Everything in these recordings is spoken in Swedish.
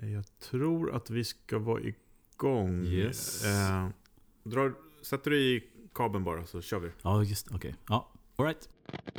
Jag tror att vi ska vara igång. Yes. Sätter du i kabeln bara så kör vi. Ja, just okej. Ja, all right.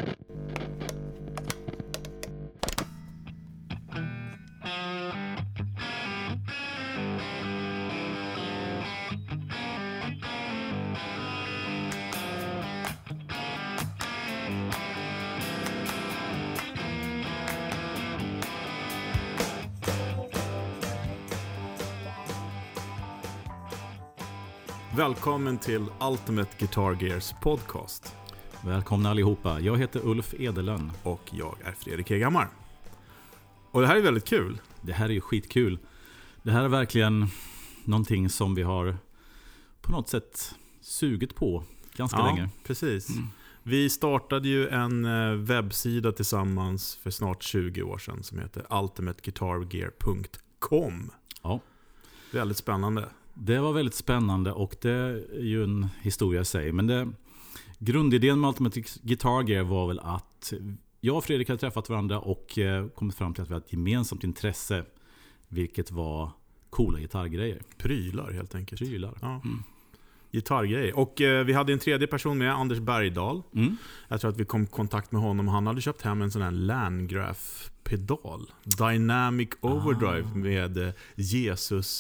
Välkommen till Ultimate Guitar Gears podcast. Välkomna allihopa. Jag heter Ulf Edelön. Och jag är Fredrik Hegammar. Och det här är väldigt kul. Det här är ju skitkul. Det här är verkligen någonting som vi har på något sätt sugit på ganska länge. Precis. Vi startade ju en webbsida tillsammans för snart 20 år sedan som heter ultimateguitargear.com. Ja. Väldigt spännande. Det var väldigt spännande och det är ju en historia i sig. Men grundidén med Ultimate Guitar Gear var väl att jag och Fredrik hade träffat varandra och kommit fram till att vi hade ett gemensamt intresse, vilket var coola gitarrgrejer. Prylar helt enkelt. Prylar. Ja. Gitarrgrejer. Och vi hade en tredje person med, Anders Bergdahl. Jag tror att vi kom i kontakt med honom. Han hade köpt hem en sån här Landgraf-pedal. Dynamic Overdrive med Jesus...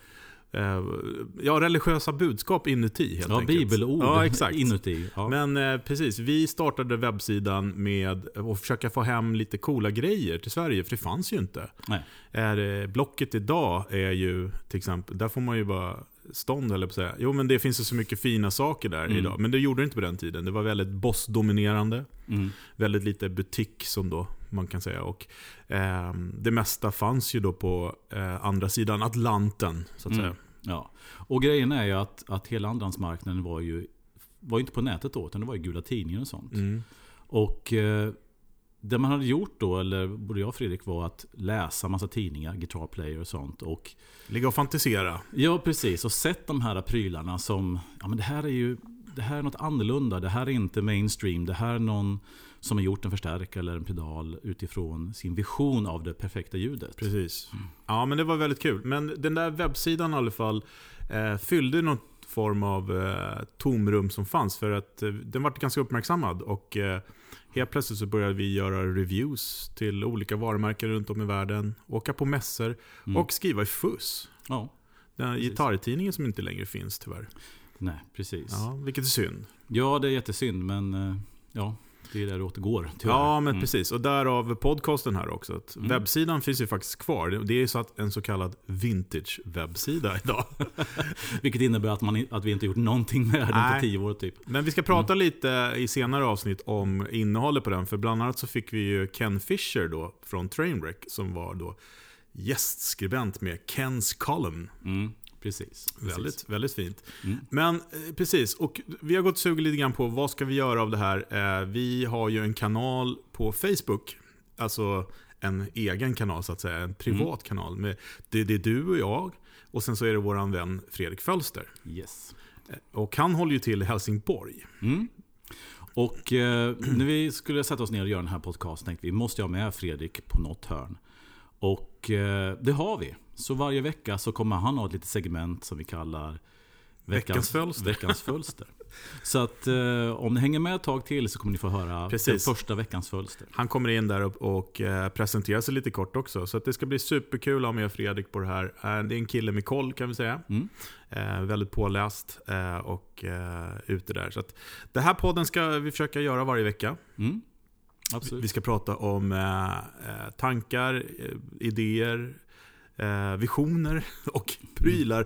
religiösa budskap inuti helt enkelt. Bibelord exakt. Inuti. Ja. Men precis, vi startade webbsidan med att försöka få hem lite coola grejer till Sverige, för det fanns ju inte. Nej. Blocket idag är ju till exempel, där får man ju bara stånd eller på säga. Jo, men det finns ju så mycket fina saker där idag, men det gjorde det inte på den tiden. Det var väldigt bossdominerande. Väldigt lite butik som då man kan säga, och det mesta fanns ju då på andra sidan Atlanten så att säga. Ja. Och grejen är ju att hela andrahandsmarknaden var ju inte på nätet då, utan det var ju gula tidningar och sånt. Och det man hade gjort då, eller både jag och Fredrik, var att läsa massa tidningar, Guitar Player och sånt, och ligga och fantisera. Ja, precis, och sett de här prylarna som, ja men det här är något annorlunda, det här är inte mainstream, det här är någon som har gjort en förstärkare eller en pedal utifrån sin vision av det perfekta ljudet. Precis. Ja, men det var väldigt kul. Men den där webbsidan i alla fall fyllde någon form av tomrum som fanns, för att den var ganska uppmärksammad, och helt plötsligt så började vi göra reviews till olika varumärken runt om i världen, åka på mässor och skriva i fuss. Ja. Den gitarrtidningen som inte längre finns tyvärr. Nej, precis. Ja, vilket är synd. Ja, det är jättesynd, men ja, det är där det återgår. Tyvärr. Ja, men precis. Och därav podcasten här också. Att webbsidan finns ju faktiskt kvar. Det är så en så kallad vintage-webbsida idag. Vilket innebär att vi inte gjort någonting med den på 10 år typ. Men vi ska prata lite i senare avsnitt om innehållet på den. För bland annat så fick vi ju Ken Fisher då från Trainwreck, som var då gästskribent med Ken's Column. Precis. Väldigt, väldigt fint. Men precis, och vi har gått och sugit lite grann på vad ska vi göra av det här. Vi har ju en kanal på Facebook, alltså en egen kanal så att säga, en privat kanal. Det är du och jag, och sen så är det våran vän Fredrik Fölster. Yes. Och han håller ju till i Helsingborg. Och när vi skulle sätta oss ner och göra den här podcasten tänkte vi måste ha med Fredrik på något hörn. Och det har vi. Så varje vecka så kommer han ha ett litet segment som vi kallar Veckans Fölster. Så att om ni hänger med ett tag till så kommer ni få höra den första Veckans Fölster. Han kommer in där och presenterar sig lite kort också. Så att det ska bli superkul att ha med Fredrik på det här. Det är en kille med koll, kan vi säga. Väldigt påläst och ute där. Så att det här podden ska vi försöka göra varje vecka. Absolut. Vi ska prata om tankar, idéer, visioner och prylar.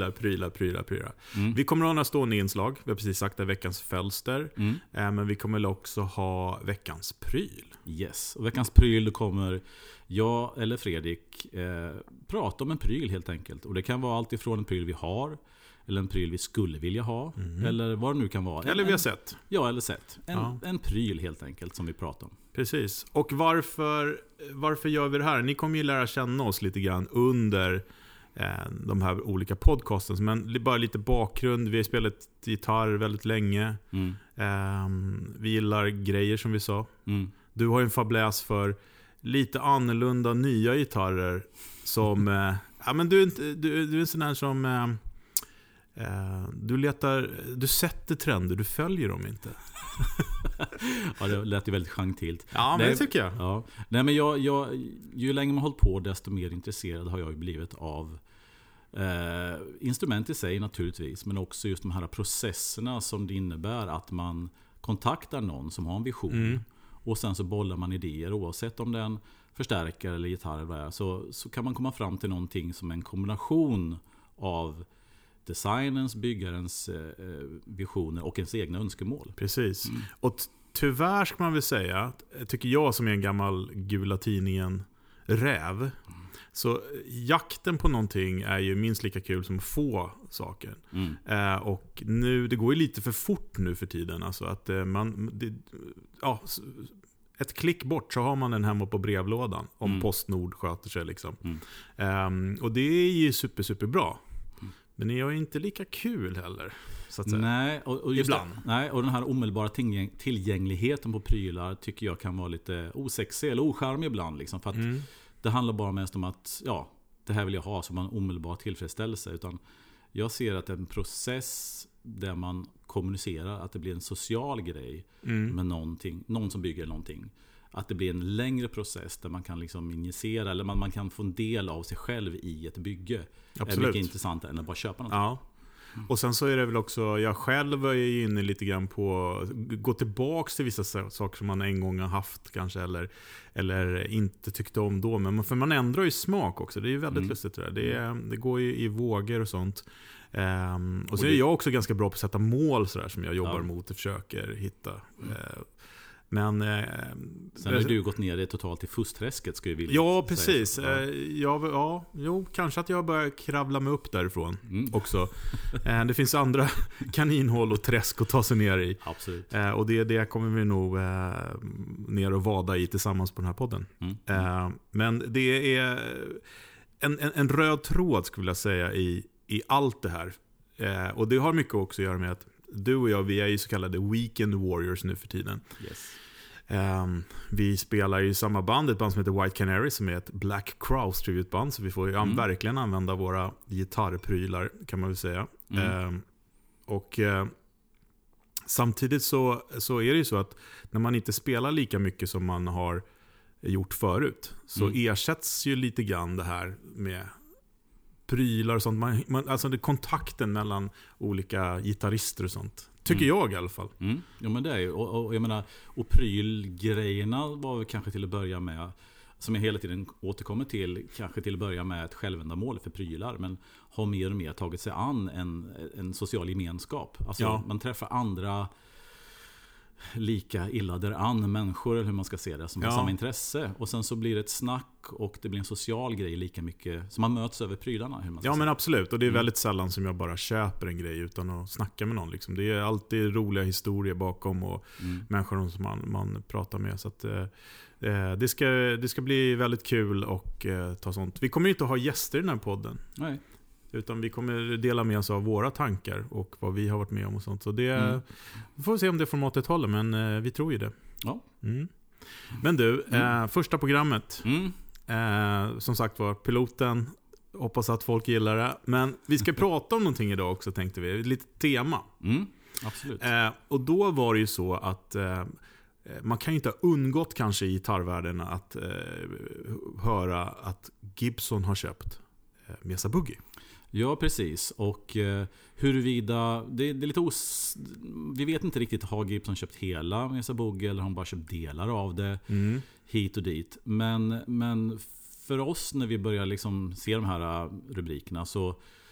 Vi kommer att ha några stående inslag. Vi har precis sagt det, Veckans Fölster. Men vi kommer också ha Veckans Pryl. Yes, och Veckans Pryl, då kommer jag eller Fredrik prata om en pryl helt enkelt. Och det kan vara allt ifrån en pryl vi har, eller en pryl vi skulle vilja ha, eller vad det nu kan vara. Eller vi har sett. Ja, eller sett. En pryl helt enkelt som vi pratar om. Precis. Och varför gör vi det här? Ni kommer ju lära känna oss lite grann under de här olika podcasten. Men bara lite bakgrund. Vi har spelat gitarr väldigt länge. Vi gillar grejer som vi sa. Du har ju en fabläs för lite annorlunda nya gitarrer som ja, men du är en sån här som du sätter trender, du följer dem inte. Ja, det lät ju väldigt gentilt. Ja, men det tycker jag. Ja. Nej, men jag, ju längre man hållit på, desto mer intresserad har jag ju blivit av instrument i sig naturligtvis, men också just de här processerna som det innebär att man kontaktar någon som har en vision och sen så bollar man idéer, oavsett om det är en förstärkare eller gitarr eller vad det är, så kan man komma fram till någonting som är en kombination av designens, byggarens visioner och ens egna önskemål. Precis. Och tyvärr ska man väl säga, tycker jag som är en gammal Gula Tidningen räv, så jakten på någonting är ju minst lika kul som att få saker. Och nu, det går ju lite för fort nu för tiden. Alltså att ett klick bort så har man den hemma på brevlådan om Postnord sköter sig liksom. Och det är ju superbra. Men det är ju inte lika kul heller, så att säga. Nej, och just ibland. Nej, och den här omedelbara tillgängligheten på prylar tycker jag kan vara lite osexig eller ocharmig ibland liksom, för att det handlar bara mest om att det här vill jag ha, så man omedelbar tillfredsställelse. Utan jag ser att det är en process där man kommunicerar, att det blir en social grej med någonting, någon som bygger någonting. Att det blir en längre process där man kan liksom injicera, eller man kan få en del av sig själv i ett bygge. Absolut. Är mycket intressant än att bara köpa något. Ja. Och sen så är det väl också, jag själv är ju inne lite grann på gå tillbaks till vissa saker som man en gång har haft kanske, eller inte tyckte om då, men för man ändrar ju smak också. Det är ju väldigt lustigt det där. Det går ju i vågor och sånt. Och så är jag också ganska bra på att sätta mål så där, som jag jobbar mot och försöker hitta. Men sen har du gått ner det totalt i fuskträsket, ska jag vilja säga. Ja, precis. Kanske att jag börjar kravla mig upp därifrån också. Det finns andra kaninhål och träsk att ta sig ner i. Absolut. Och det kommer vi nog ner och vada i tillsammans på den här podden. Men det är en röd tråd, skulle jag säga, i allt det här. Och det har mycket också att göra med att du och jag, vi är ju så kallade weekend warriors nu för tiden. Yes. Vi spelar i samma band, ett band som heter White Canary, som är ett Black Crowes tributband, så vi får ju verkligen använda våra gitarrprylar, kan man väl säga. Och samtidigt så är det ju så att när man inte spelar lika mycket som man har gjort förut, så ersätts ju lite grann det här med prylar och sånt. Alltså det kontakten mellan olika gitarrister och sånt. Tycker jag i alla fall. Ja, men det är ju, och jag menar, och prylgrejerna var väl kanske till att börja med, som jag hela tiden återkommer till, kanske till att börja med ett självändamål för prylar, men har mer och mer tagit sig an en social gemenskap. Alltså man träffar andra lika illa däran människor, eller hur man ska se det, som har samma intresse, och sen så blir det ett snack och det blir en social grej lika mycket, som man möts över prylarna, hur man ska säga. Men absolut, och det är väldigt sällan som jag bara köper en grej utan att snacka med någon liksom. Det är alltid roliga historier bakom och människor som man pratar med, så att det ska bli väldigt kul och ta sånt. Vi kommer inte att ha gäster i den här podden. Nej. Utan vi kommer dela med oss av våra tankar och vad vi har varit med om och sånt. Så det vi får se om det formatet håller, men vi tror ju det. Ja. Men du, första programmet. Som sagt var, piloten. Hoppas att folk gillar det. Men vi ska prata om någonting idag också, tänkte vi. Lite tema. Absolut. Och då var det ju så att man kan ju inte ha undgått kanske i gitarrvärlden att höra att Gibson har köpt Mesa Boogie. Ja, precis. Och huruvida det är lite vi vet inte riktigt, har Gibson köpt hela Mesa Boogie eller har han bara köpt delar av det hit och dit. Men för oss, när vi börjar liksom se de här rubrikerna, så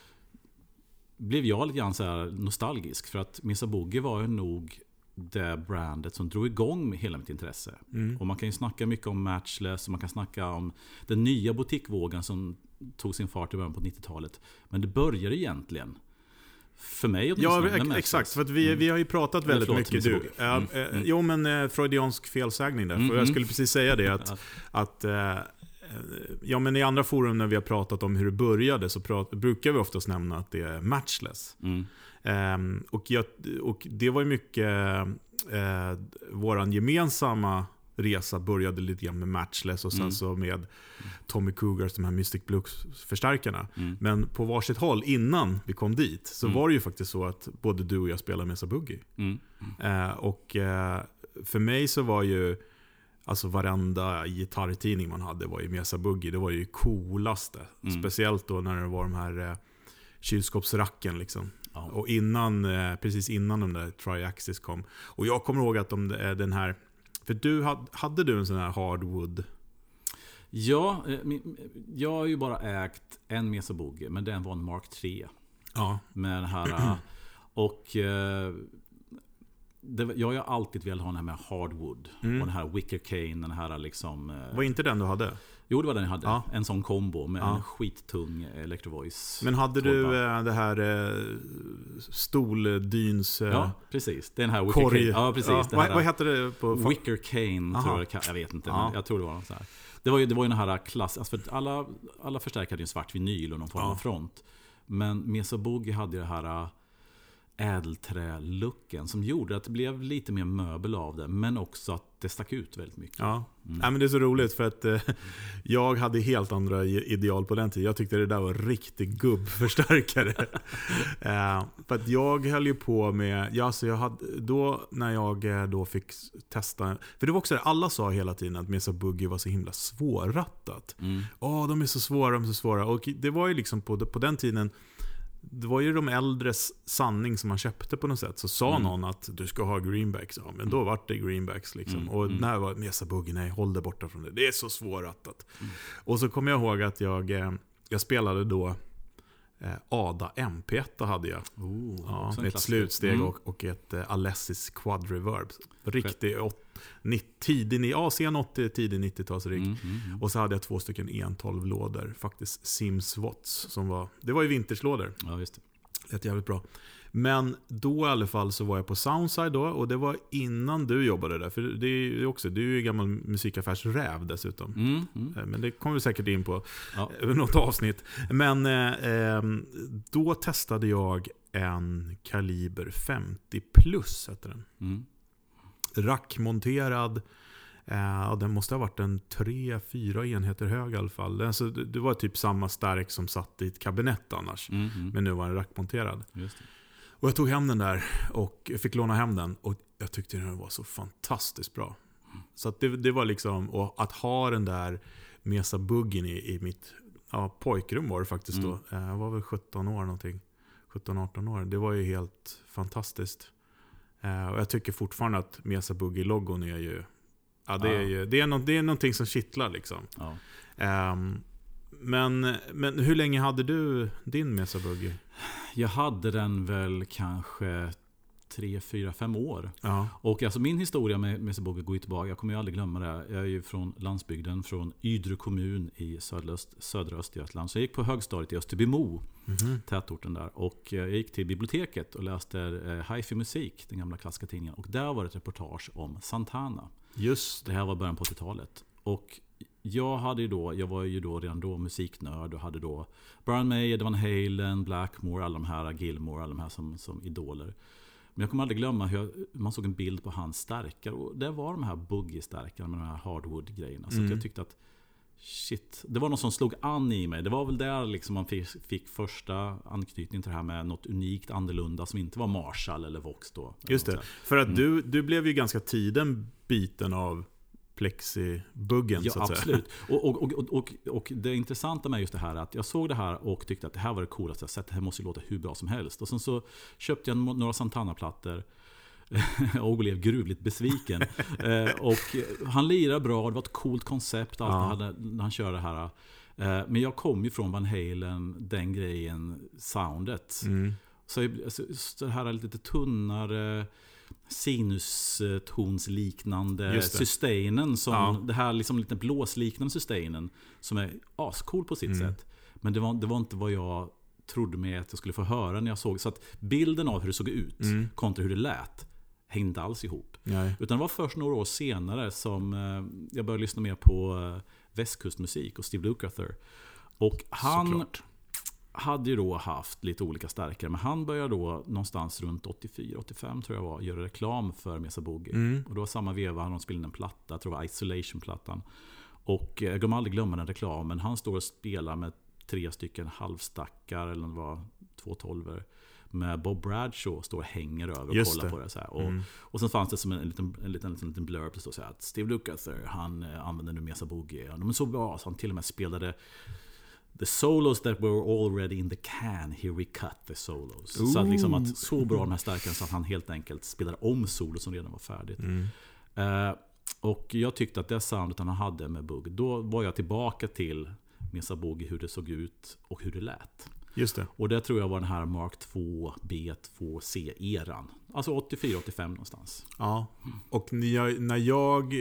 blev jag lite grann så här nostalgisk, för att Mesa Boogie var ju nog det brandet som drog igång med hela mitt intresse. Och man kan ju snacka mycket om Matchless, och man kan snacka om den nya butikvågen som tog sin fart i början på 90-talet. Men det började egentligen, för mig åtminstone, exakt, för att vi har ju pratat väldigt mycket jo, men freudiansk felsägning där. För jag skulle precis säga det att men i andra forum när vi har pratat om hur det började, så brukar vi oftast nämna att det är Matchless. Och det var ju mycket våran gemensamma resa började lite grann med Matchless och sen så med Tommy Cougars, de här Mystic Blues-förstärkarna. Men på varsitt håll innan vi kom dit så var det ju faktiskt så att både du och jag spelade Mesa Boogie. Och för mig så var ju alltså varenda gitarrtidning man hade var ju Mesa Boogie. Det var ju coolaste. Speciellt då när det var de här kylskåpsracken liksom. Och precis innan de där Triaxis kom. Och jag kommer ihåg att den här, för du hade du en sån här hardwood? Ja, jag har ju bara ägt en Mesa Boogie, men den var en Mark 3. Ja. Med den här och jag har ju alltid velat ha den här med hardwood och den här Wicker Cane, den här liksom. Var inte den du hade? Jo, det var den jag hade. Ja. En sån kombo med en skittung Electro Voice. Men hade du det här stoldyns... Ja, precis. Den här Wicker Cane. Ja, precis. Ja, vad heter det på... Wicker Cane, tror jag vet inte. Men jag tror det var så här. Det var ju den här klass... Alltså för alla förstärkare hade ju en svart vinyl och någon form av front. Men Mesa Boogie hade det här ädelträ-looken som gjorde att det blev lite mer möbel av det, men också att det stack ut väldigt mycket. Ja, men det är så roligt för att jag hade helt andra ideal på den tiden. Jag tyckte det där var riktigt gubbförstärkare. För att jag höll ju på med, när jag då fick testa, för det var också det, alla sa hela tiden att Mesa Boogie var så himla svårrattat. De är så svåra. Och det var ju liksom på den tiden, det var ju de äldres sanning som man köpte på något sätt. Så sa någon att du ska ha greenbacks. Ja, men då var det greenbacks liksom. Och när var Mesa Boogie, nej, håll det borta från det. Det är så svårrattat. Och så kommer jag ihåg att jag spelade då Ada MP1 hade jag. Med ett slutsteg och ett Alessis Quad Reverb. Riktigt sen 80, tidig 90-talsrigg. Och så hade jag 2 stycken 112-lådor. Faktiskt Sims Watts. Det var ju vinterslådor. Ja, just det. Det är jävligt bra. Men då i alla fall så var jag på Soundside då. Och det var innan du jobbade där. För det är också, du är ju gammal musikaffärsräv dessutom. Men det kommer vi säkert in på något avsnitt. Men då testade jag en Kaliber 50 plus heter den. Rackmonterad. Den måste ha varit en 3-4 enheter hög i alla fall. Alltså, det var typ samma stärk som satt i ett kabinett annars. Men nu var den rackmonterad. Just det. Och jag tog hem den där och fick låna hem den. Och jag tyckte den var så fantastiskt bra. Så att det var liksom, och att ha den där Mesa Boogien i mitt pojkrum var det faktiskt då. Jag var väl 17 år någonting. 17-18 år. Det var ju helt fantastiskt. Och jag tycker fortfarande att Mesa Boogie-logon är ju... Det är någonting som kittlar liksom. Men hur länge hade du din Mesa Boogie? Jag hade den väl kanske 3, 4, 5 år. Och alltså min historia med Mesa Boogie går ju tillbaka. Jag kommer ju aldrig glömma det. Jag är ju från landsbygden, från Ydre kommun i södra Östergötland. Så jag gick på högstadiet i Österbymo, tätorten där. Och jag gick till biblioteket och läste Hi-Fi Musik, den gamla klassiska tidningen. Och där var det ett reportage om Santana. Just det här var början på 80-talet. Och jag var ju då redan då musiknörd och hade då Brian May, Eddie Van Halen, Blackmore, alla de här, Gilmore, alla de här som idoler. Men jag kommer aldrig glömma hur man såg en bild på hans stärkare. Och det var de här boogie-stärkarna med de här hardwood-grejerna. Så att jag tyckte att shit, det var något som slog an i mig. Det var väl där liksom man fick första anknytning till det här med något unikt annorlunda som inte var Marshall eller Vox då. Just det, för att du blev ju ganska tiden biten av plexibuggen, så att absolut. Och det intressanta med just det här att jag såg det här och tyckte att det här var det coolaste jag sett. Det här måste ju låta hur bra som helst. Och sen så köpte jag några Santana-plattor och blev gruvligt besviken. Och han lirar bra, det var ett coolt koncept när han körde det här. Men jag kom ju från Van Halen, den grejen, soundet. Så det här är lite tunnare sinustonsliknande sustainen som det här liksom lite blåsliknande sustainen som är ascool på sitt sätt. Men det var inte vad jag trodde med att jag skulle få höra när jag såg. Så att bilden av hur det såg ut kontra hur det lät hängde inte alls ihop. Utan det var först några år senare som jag började lyssna mer på västkustmusik och Steve Lukather. Och hade ju då haft lite olika stärkare, men han började då någonstans runt 84-85 tror jag var, göra reklam för Mesa Boogie. Och då samma veva hade de spelat en platta, jag tror det var Isolation-plattan. Och jag kommer aldrig glömma den reklamen. Han står och spelar med 3 stycken halvstackar, eller det var 2 12-er, med Bob Bradshaw står och hänger över och kollar på det så här. Och sen fanns det som en liten blurb det står så här att Steve Lukather, han använde nu Mesa Boogie. De är så bra så han till och med spelade the solos that were already in the can, here we cut the solos. Så att liksom att så bra de här stärkarna så att han helt enkelt spelade om solo som redan var färdigt. Och jag tyckte att det soundet han hade med Boogie, då var jag tillbaka till Mesa Boogie, hur det såg ut och hur det lät. Just det. Och det tror jag var den här Mark 2 B2C-eran. Alltså 84-85 någonstans. Ja, och när jag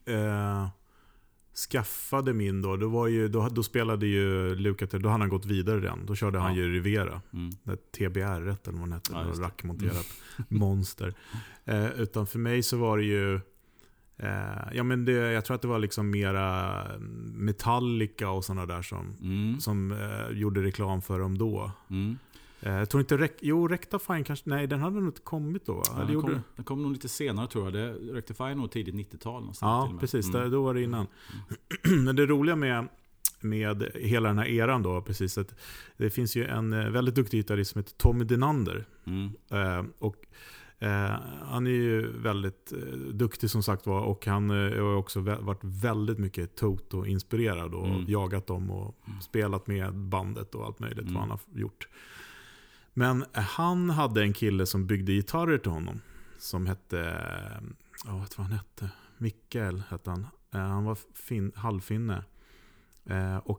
skaffade min då spelade ju Lukather, då hade han gått vidare redan. Då körde han ju Rivera. Det TBR eller vad man hette, rackmonterat monster. Utan för mig så var det ju jag tror att det var liksom mera Metallica och sådana där som gjorde reklam för dem då. Jag tror inte Rectify kanske, nej, den hade nog inte kommit då. Ja, den kom nog lite senare tror jag. Rectify nog tidigt 90-tal. Ja, precis. Då var det innan. Men det roliga med hela den här eran då, precis, att det finns ju en väldigt duktig gitarrist som heter Tommy Denander. Och han är ju väldigt duktig som sagt var, och han har också varit väldigt mycket Toto-inspirerad och jagat dem och spelat med bandet och allt möjligt vad han har gjort. Men han hade en kille som byggde gitarrer till honom som hette, vad tror han hette? Mikael hette han. Han var halvfinne. Och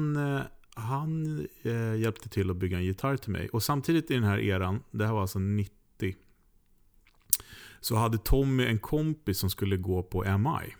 han hjälpte till att bygga en gitarr till mig. Och samtidigt i den här eran, det här var alltså 90, så hade Tommy en kompis som skulle gå på MI.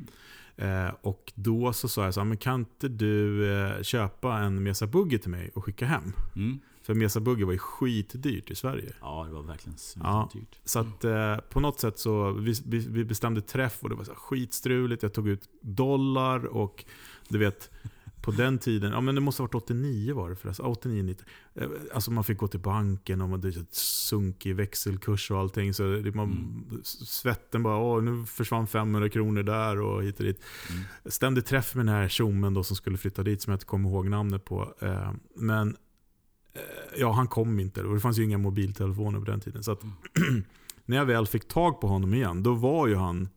Och då så sa jag så här, men kan inte du köpa en Mesa Boogie till mig och skicka hem? För Mesa Boogie var ju skitdyrt i Sverige. Ja, det var verkligen dyrt. Så att på något sätt så vi bestämde träff och det var så skitstruligt. Jag tog ut dollar och du vet, på den tiden, men det måste ha varit 89 var det förresten, 89-90. Alltså man fick gå till banken och man hade sunk i växelkurs och allting, så svetten bara, nu försvann 500 kronor där och hit och dit. Ständigt träff med den här tjommen då som skulle flytta dit, som jag inte kommer ihåg namnet på. Men han kom inte, och det fanns ju inga mobiltelefoner på den tiden. Så att när jag väl fick tag på honom igen, då var ju han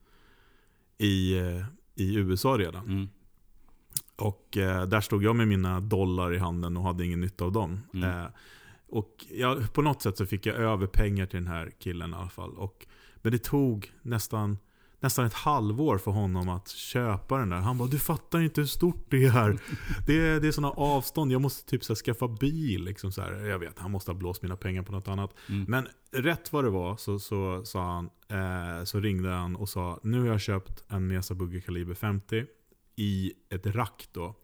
i USA redan. Och där stod jag med mina dollar i handen och hade ingen nytta av dem. Och på något sätt så fick jag över pengar till den här killen i alla fall. Men det tog nästan ett halvår för honom att köpa den där. Han bara, du fattar inte hur stort det är här. Det är såna avstånd. Jag måste typ så här skaffa bil. Liksom så här. Jag vet, han måste ha blåst mina pengar på något annat. Men rätt vad det var så sa han, så ringde han och sa, nu har jag köpt en Mesa Boogie kaliber 50 i ett rack då.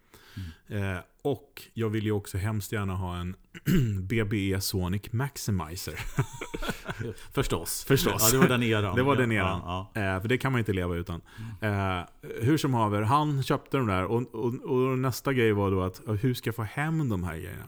Och jag vill ju också hemskt gärna ha en BBE Sonic Maximizer. Förstås. Ja, det var den eran. Det var den eran. För det kan man inte leva utan. Hur som haver, han köpte de där och nästa grej var då att hur ska jag få hem de här grejerna?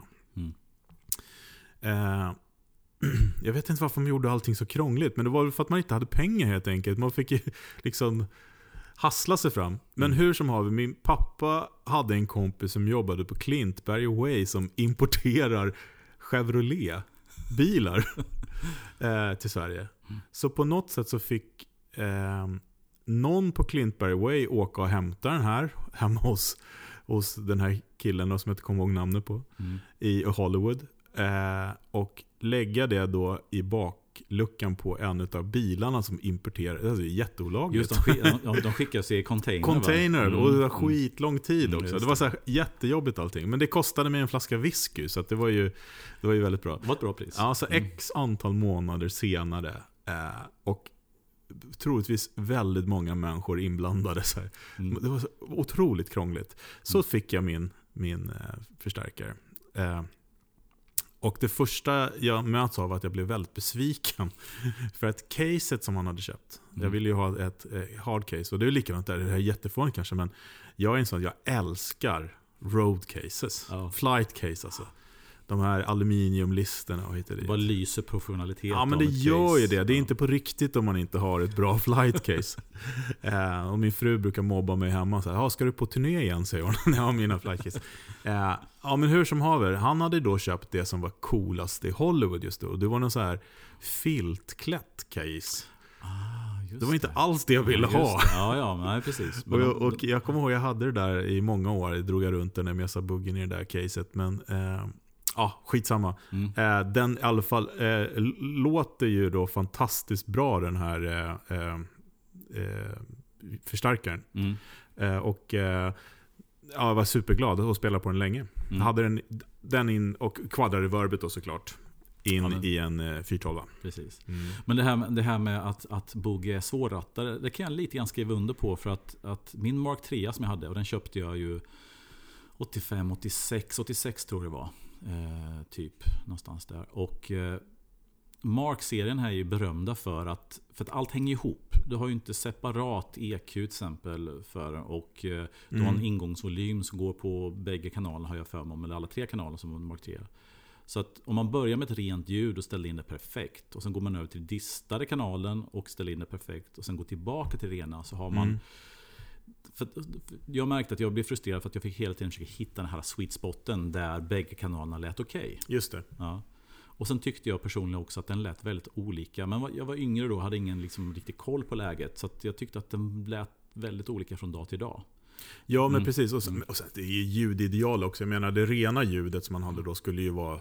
Jag vet inte varför man gjorde allting så krångligt, men det var för att man inte hade pengar helt enkelt. Man fick ju liksom hassla sig fram. Men hur som haver, min pappa hade en kompis som jobbade på Klintberg Way som importerar Chevrolet-bilar till Sverige. Så på något sätt så fick någon på Klintberg Way åka och hämta den här hemma hos den här killen då, som jag inte kommer ihåg namnet på, i Hollywood. Och lägga det då i bakluckan på en av bilarna som importerar. Det är jätteolagligt. Just de skickas i container. Och det var skitlång tid också. Det var så här jättejobbigt allting. Men det kostade mig en flaska whisky, så att det var ju väldigt bra. Det var ett bra pris. Ja, så x antal månader senare och troligtvis väldigt många människor inblandade. Så här. Det var så otroligt krångligt. Så fick jag min förstärkare. Och det första jag möts av att jag blev väldigt besviken. För att caset som han hade köpt, jag ville ju ha ett hard case, och det är likadant där, det här är jättefånigt kanske, men jag är en sån, jag älskar road cases, flight case alltså. de här aluminiumlisterna och hittar dit. Vad lyser professionalitet. Ja, men det gör ju det. Det är inte på riktigt om man inte har ett bra flight case. Och min fru brukar mobba mig hemma. Så här, ska du på turné igen, säger hon, när jag har mina flight case. Ja, men hur som haver. Han hade då köpt det som var coolast i Hollywood just då. Det var någon så här filtklätt case. Det var inte alls det jag ville ha. Ja, nej, precis. Och jag kommer ihåg, jag hade det där i många år. Jag drog runt den när Mesa Buggen i det där caset. Men skitsamma. Den i alla fall låter ju då fantastiskt bra, den här förstärkaren. Och jag var superglad att spela på den länge. Jag hade den in och quadra-reverbet då såklart. I en 412. Precis. Men det här med att boogie är svårrattade, det kan jag lite grann skriva under på, för att min Mark 3 som jag hade, och den köpte jag ju 85, 86 tror jag det var. Typ någonstans där. Och Mark-serien här är ju berömda för att allt hänger ihop. Du har ju inte separat EQ till exempel och du har en ingångsvolym som går på bägge kanalerna, har jag för mig, eller alla 3 kanaler som var Mark 3. Så att om man börjar med ett rent ljud och ställer in det perfekt, och sen går man över till distade kanalen och ställer in det perfekt, och sen går tillbaka till rena, så har man för jag märkte att jag blev frustrerad för att jag fick hela tiden försöka hitta den här sweet spoten där bägge kanalerna lät okej. Just det. Ja. Och sen tyckte jag personligen också att den lät väldigt olika. Men jag var yngre då, hade ingen liksom riktig koll på läget, så att jag tyckte att den lät väldigt olika från dag till dag. Ja, men precis. Och sen, det är ljudideal också. Jag menar, det rena ljudet som man hade då skulle ju vara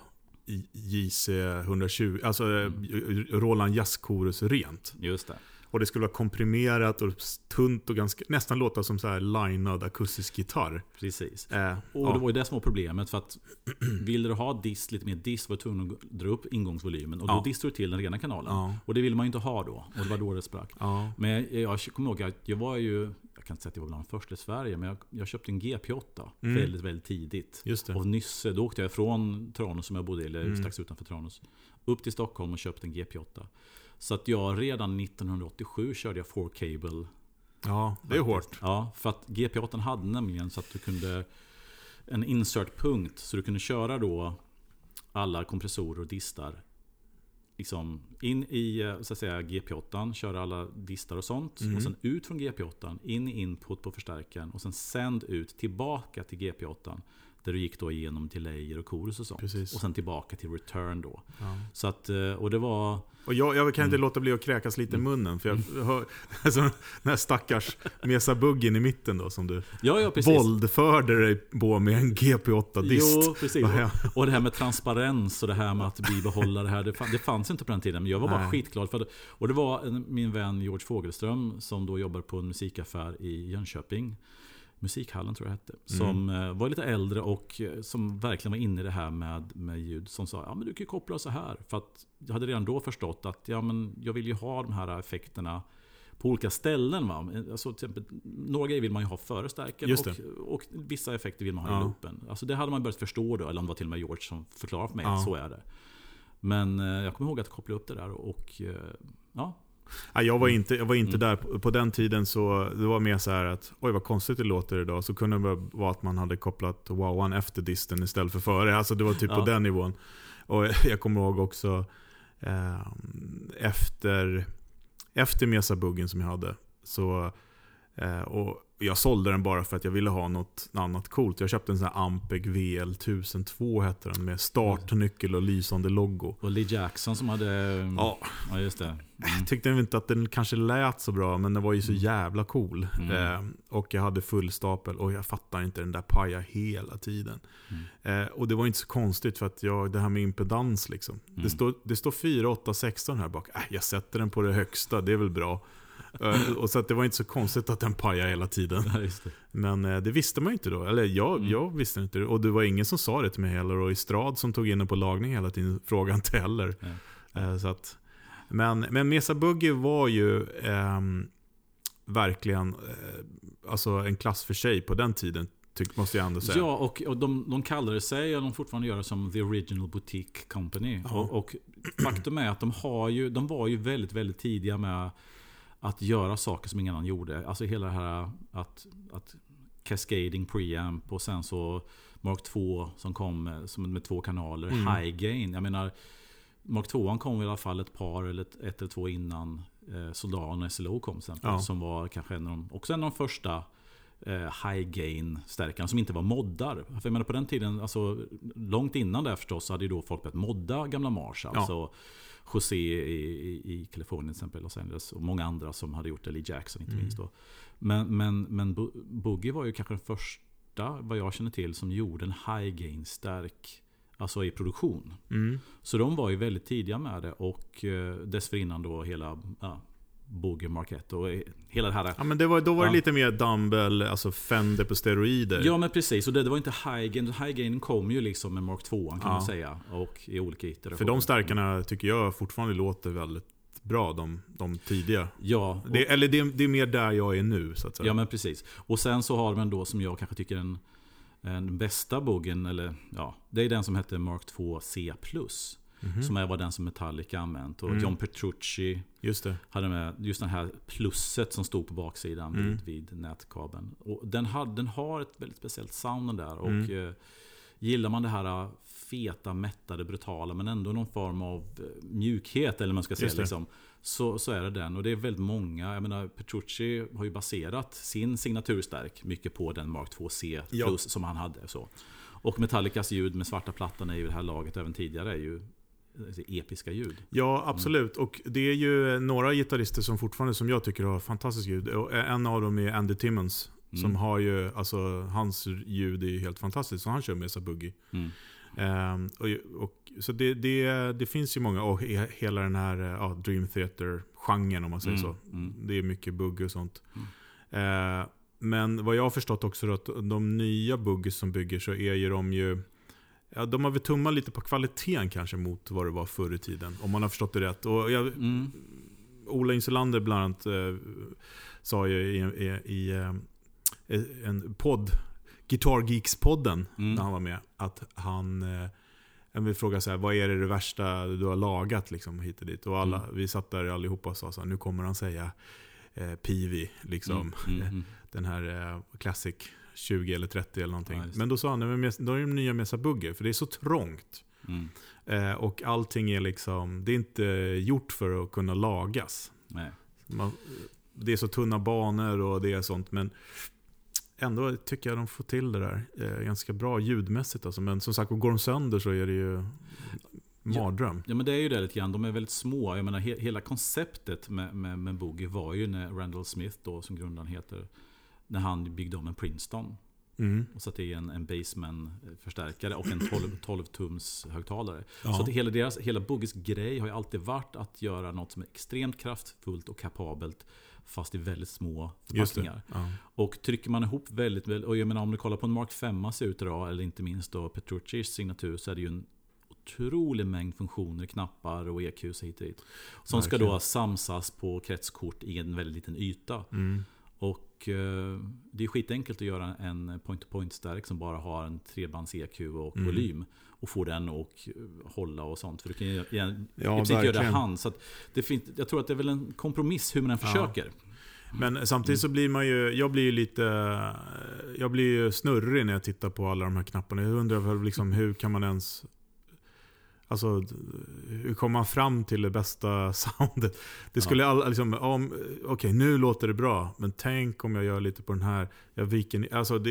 JC 120, alltså Roland Jazz Chorus rent. Just det. Och det skulle vara komprimerat och tunt och ganska, nästan låta som så här linead akustisk gitarr. Precis. Och det var ju det som var problemet, för att ville du ha lite mer diss, var du tvungen att dra upp ingångsvolymen, och då distade du till den rena kanalen. Och det ville man ju inte ha då, och det var då det sprack. Men jag kommer ihåg att jag var ju, jag kan inte säga att jag var bland de första i Sverige, men jag köpte en GP8 väldigt, väldigt tidigt. Just det. Och nyss, då åkte jag från Tranås som jag bodde i, eller strax utanför Tranås, upp till Stockholm och köpte en GP8. Så att jag redan 1987 körde jag 4-cable. Ja, det är hårt. Ja, för att GP8 hade nämligen så att du kunde en insert-punkt, så du kunde köra då alla kompressorer och distar liksom in i, så att säga, GP8, köra alla distar och sånt, och sen ut från GP8 in i input på förstärkaren, och sen sänd ut tillbaka till GP8, där du gick då igenom delayer och chorus och sånt. Precis. Och sen tillbaka till return då. Så att, och det var... Och jag kan inte låta bli att kräkas lite i munnen, för jag hör alltså, den här stackars Mesa Buggen i mitten då, som du våldförde dig på med en GP8-dist. Jo, precis. Och det här med transparens och det här med att bibehålla det här, det fanns inte på den tiden, men jag var bara skitglad för det. Och det var min vän George Fogelström, som då jobbar på en musikaffär i Jönköping, Musikhallen tror jag hette, som var lite äldre och som verkligen var inne i det här med ljud, som sa, ja men du kan ju koppla så här, för att jag hade redan då förstått att ja men jag vill ju ha de här effekterna på olika ställen, va? Alltså, till exempel, några grejer vill man ju ha före stärken, och vissa effekter vill man ha i loopen. Alltså det hade man börjat förstå då, eller om det var till och med George som förklarade för mig att så är det. Men jag kommer ihåg att koppla upp det där och Jag var inte där på den tiden, så det var mer så här att oj vad konstigt det låter idag, så kunde det vara att man hade kopplat wow-an efter disten istället för före. Alltså det var typ på den nivån. Och jag kommer ihåg också efter Mesa Buggen som jag hade, så och jag sålde den bara för att jag ville ha något annat coolt. Jag köpte en sån här Ampeg VL 1002 hette den, med startnyckel och lysande logo. Och Lee Jackson som hade... Ja, just det. Jag tyckte inte att den kanske lät så bra, men den var ju så jävla cool. Och jag hade full stapel, och jag fattar inte, den där paja hela tiden. Och det var inte så konstigt, för att det här med impedans liksom. Det står 4, 8, 16 här bak. Jag sätter den på det högsta, det är väl bra. Och så att det var inte så konstigt att den pajade hela tiden. Ja, just det. Men det visste man inte då. Eller jag visste inte det. Och det var ingen som sa det till mig heller. Och i Strad som tog in den på lagning hela tiden frågade inte heller. Så att, men Mesa Buggen var ju verkligen alltså en klass för sig på den tiden, måste jag ändå säga. Ja, och de kallade sig, och de fortfarande gör det, som The Original Boutique Company. Och faktum är att de var ju väldigt, väldigt tidiga med att göra saker som ingen annan gjorde. Alltså hela det här att cascading preamp, och sen så Mark 2 som kom som med 2 kanaler, high gain. Jag menar, Mark 2 kom i alla fall ett eller två innan Soldaren och SLO kom sen, som var kanske också en av de första high gain stärkarna som inte var moddar. För jag menar, på den tiden, alltså långt innan det förstås, så hade ju då folk börjat modda gamla Marshall. Alltså José i Kalifornien till exempel, Los Angeles, och många andra som hade gjort det, Lee Jackson inte minst då. Men Boogie var ju kanske den första, vad jag känner till, som gjorde en high gain stärk, alltså i produktion. Så de var ju väldigt tidiga med det, och dessförinnan då hela Boogie Mark 1 och hela det här. Ja, men då var det lite mer dumbbell, alltså Fender på steroider. Ja, men precis, och det var inte high gain. High gain kom ju liksom med Mark 2 kan man säga, och i olika iterationer. För de stärkarna tycker jag fortfarande låter väldigt bra, de tidiga. Ja. Det är mer där jag är nu, så att säga. Ja, men precis. Och sen så har man då, som jag kanske tycker den bästa Boogien, eller det är den som heter Mark 2 C+. Som var den som Metallica använt. Och John Petrucci hade med just den här plusset som stod på baksidan vid nätkabeln. Och den har ett väldigt speciellt sound där. Och gillar man det här feta, mättade, brutala, men ändå någon form av mjukhet, eller man ska säga liksom, så är det den. Och det är väldigt många. Jag menar, Petrucci har ju baserat sin signaturstärk mycket på den Mark 2 C+ som han hade. Så. Och Metallicas ljud med svarta plattan är ju det här laget även tidigare är ju episka ljud. Ja, absolut. Och det är ju några gitarrister som fortfarande, som jag tycker, har fantastiskt ljud. Och en av dem är Andy Timmons, som har ju, alltså hans ljud är ju helt fantastiskt, så han kör Mesa Boogie. Så det finns ju många, och hela den här Dream Theater-genren, om man säger så. Det är mycket boogie och sånt. Men vad jag har förstått också är att de nya boogies som bygger, så är ju de har väl tummat lite på kvaliteten kanske mot vad det var förr i tiden, om man har förstått det rätt. Och Ola Insulander bland annat sa ju i en podd, Guitar Geeks-podden, när han var med, att jag vill fråga så här: vad är det värsta du har lagat liksom, hit och dit? Och vi satt där allihopa och sa så här: nu kommer han säga Peavey liksom, den här Classic 20 eller 30 eller någonting. Men då sa han, då är det nya Mesa Boogie, för det är så trångt. Och allting är liksom, det är inte gjort för att kunna lagas. Nej. Det är så tunna banor och det är sånt, men ändå tycker jag de får till det där ganska bra ljudmässigt alltså. Men som sagt, går de sönder så är det ju mardröm. Ja, men det är ju det lite grann. De är väldigt små. Jag menar, hela konceptet med Boogie var ju när Randall Smith då, som grundaren heter, när han byggde om en Princeton och satte i en Bassman-förstärkare och en 12-tums högtalare. Så att hela Boogies grej har ju alltid varit att göra något som är extremt kraftfullt och kapabelt, fast i väldigt små förpackningar. Och trycker man ihop väldigt, och jag menar, om du kollar på en Mark 5 ser ut idag, eller inte minst då Petruccis signatur, så är det ju en otrolig mängd funktioner, knappar och EQs hit och dit, som ska då samsas på kretskort i en väldigt liten yta. Och det är skitenkelt att göra en point-to-point-stärk som bara har en 3-bands EQ och volym, och få den och hålla och sånt. För du kan ju göra det hand. Så att jag tror att det är väl en kompromiss hur man än försöker. Men samtidigt så blir man ju, jag blir ju snurrig när jag tittar på alla de här knapparna. Jag undrar liksom, hur kan man ens, alltså, hur kommer man fram till det bästa soundet? Det skulle liksom, okej, nu låter det bra, men tänk om jag gör lite på den här, jag viker, alltså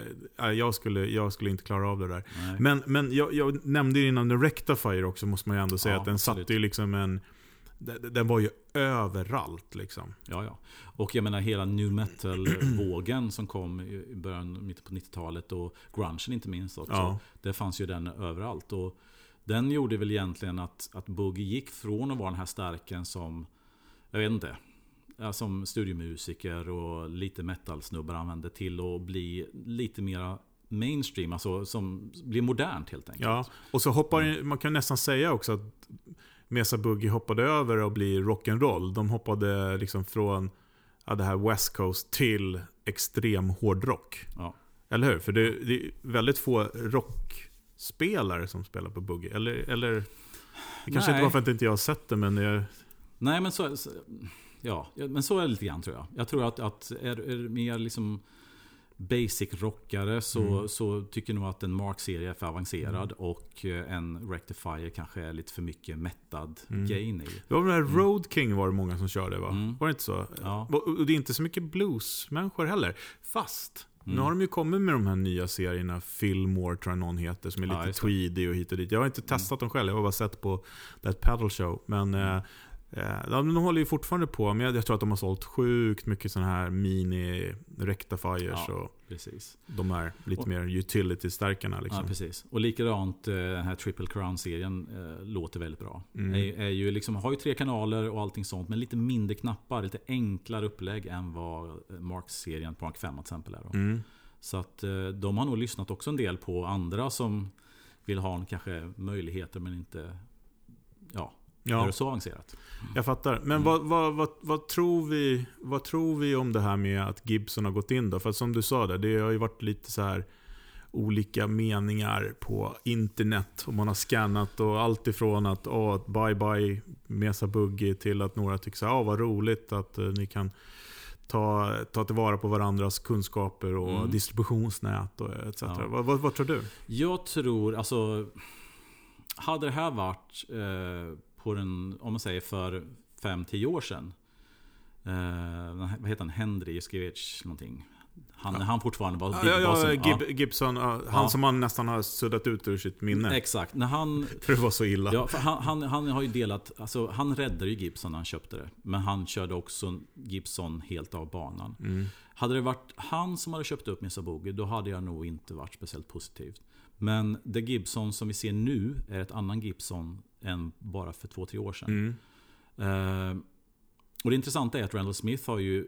jag skulle inte klara av det där. Men jag nämnde ju innan den Rectifier också, måste man ju ändå säga, att den satte ju liksom den var ju överallt liksom. Ja. Och jag menar, hela new metal-vågen som kom i början, mitten på 90-talet, och grungen inte minst också. Det fanns ju den överallt, och den gjorde väl egentligen att Boogie gick från att vara den här stärken som, jag vet inte, som studiomusiker och lite metal-snubbar använde, till att bli lite mer mainstream, alltså som blir modernt helt enkelt. Ja, och så man kan nästan säga också att Mesa Boogie hoppade över och blir rock'n'roll. De hoppade liksom från det här West Coast till extrem hårdrock. Eller hur? För det är väldigt få rockspelare som spelar på Boogie. Eller det kanske inte var för att inte jag har sett det, men nej, men men så är det lite grann, tror jag. Jag tror att är mer liksom basic-rockare så tycker nog att en Mark-serie är för avancerad och en Rectifier kanske är lite för mycket mättad gain i. Det var den här Road King var det många som körde, va? Var det inte så? Ja. Och det är inte så mycket blues-människor heller. Fast nu har de ju kommit med de här nya serierna. Fillmore tror jag någon heter, som är lite tweedy och hit och dit. Jag har inte testat dem själv, jag har bara sett på That Pedal Show. Men de håller ju fortfarande på. Men jag tror att de har sålt sjukt mycket sådana här mini-rectifiers. Och precis. de är lite mer utility-stärkarna. Liksom. Ja, precis. Och likadant den här Triple Crown-serien låter väldigt bra. Är ju liksom, har ju 3 kanaler och allting sånt, men lite mindre knappar, lite enklare upplägg än vad Mark-serien på Mark 5 till exempel är. Så att de har nog lyssnat också en del på andra som vill ha kanske möjligheter men inte är det så avancerat. Jag fattar. Men vad tror vi om det här med att Gibson har gått in då? För som du sa där, det har ju varit lite så här olika meningar på internet, och man har skannat och allt ifrån att bye Mesa Boogie till att några tycker så här, vad roligt att ni kan ta tillvara på varandras kunskaper och distributionsnät och etc. Vad tror du? Jag tror, alltså, hade det här varit på den, om man säger för 5-10 år sedan, vad heter han, Henry Skevich någonting. Han fortfarande var Gibson, han som man nästan har suddat ut ur sitt minne. Exakt, när han, för det var så illa. Ja, han har ju delat, alltså han räddade ju Gibson när han köpte det, men han körde också Gibson helt av banan. Hade det varit han som hade köpt upp Mesa Boogie, då hade jag nog inte varit speciellt positivt. Men det Gibson som vi ser nu är ett annan Gibson än bara för 2-3 år sedan. Och det intressanta är att Randall Smith har ju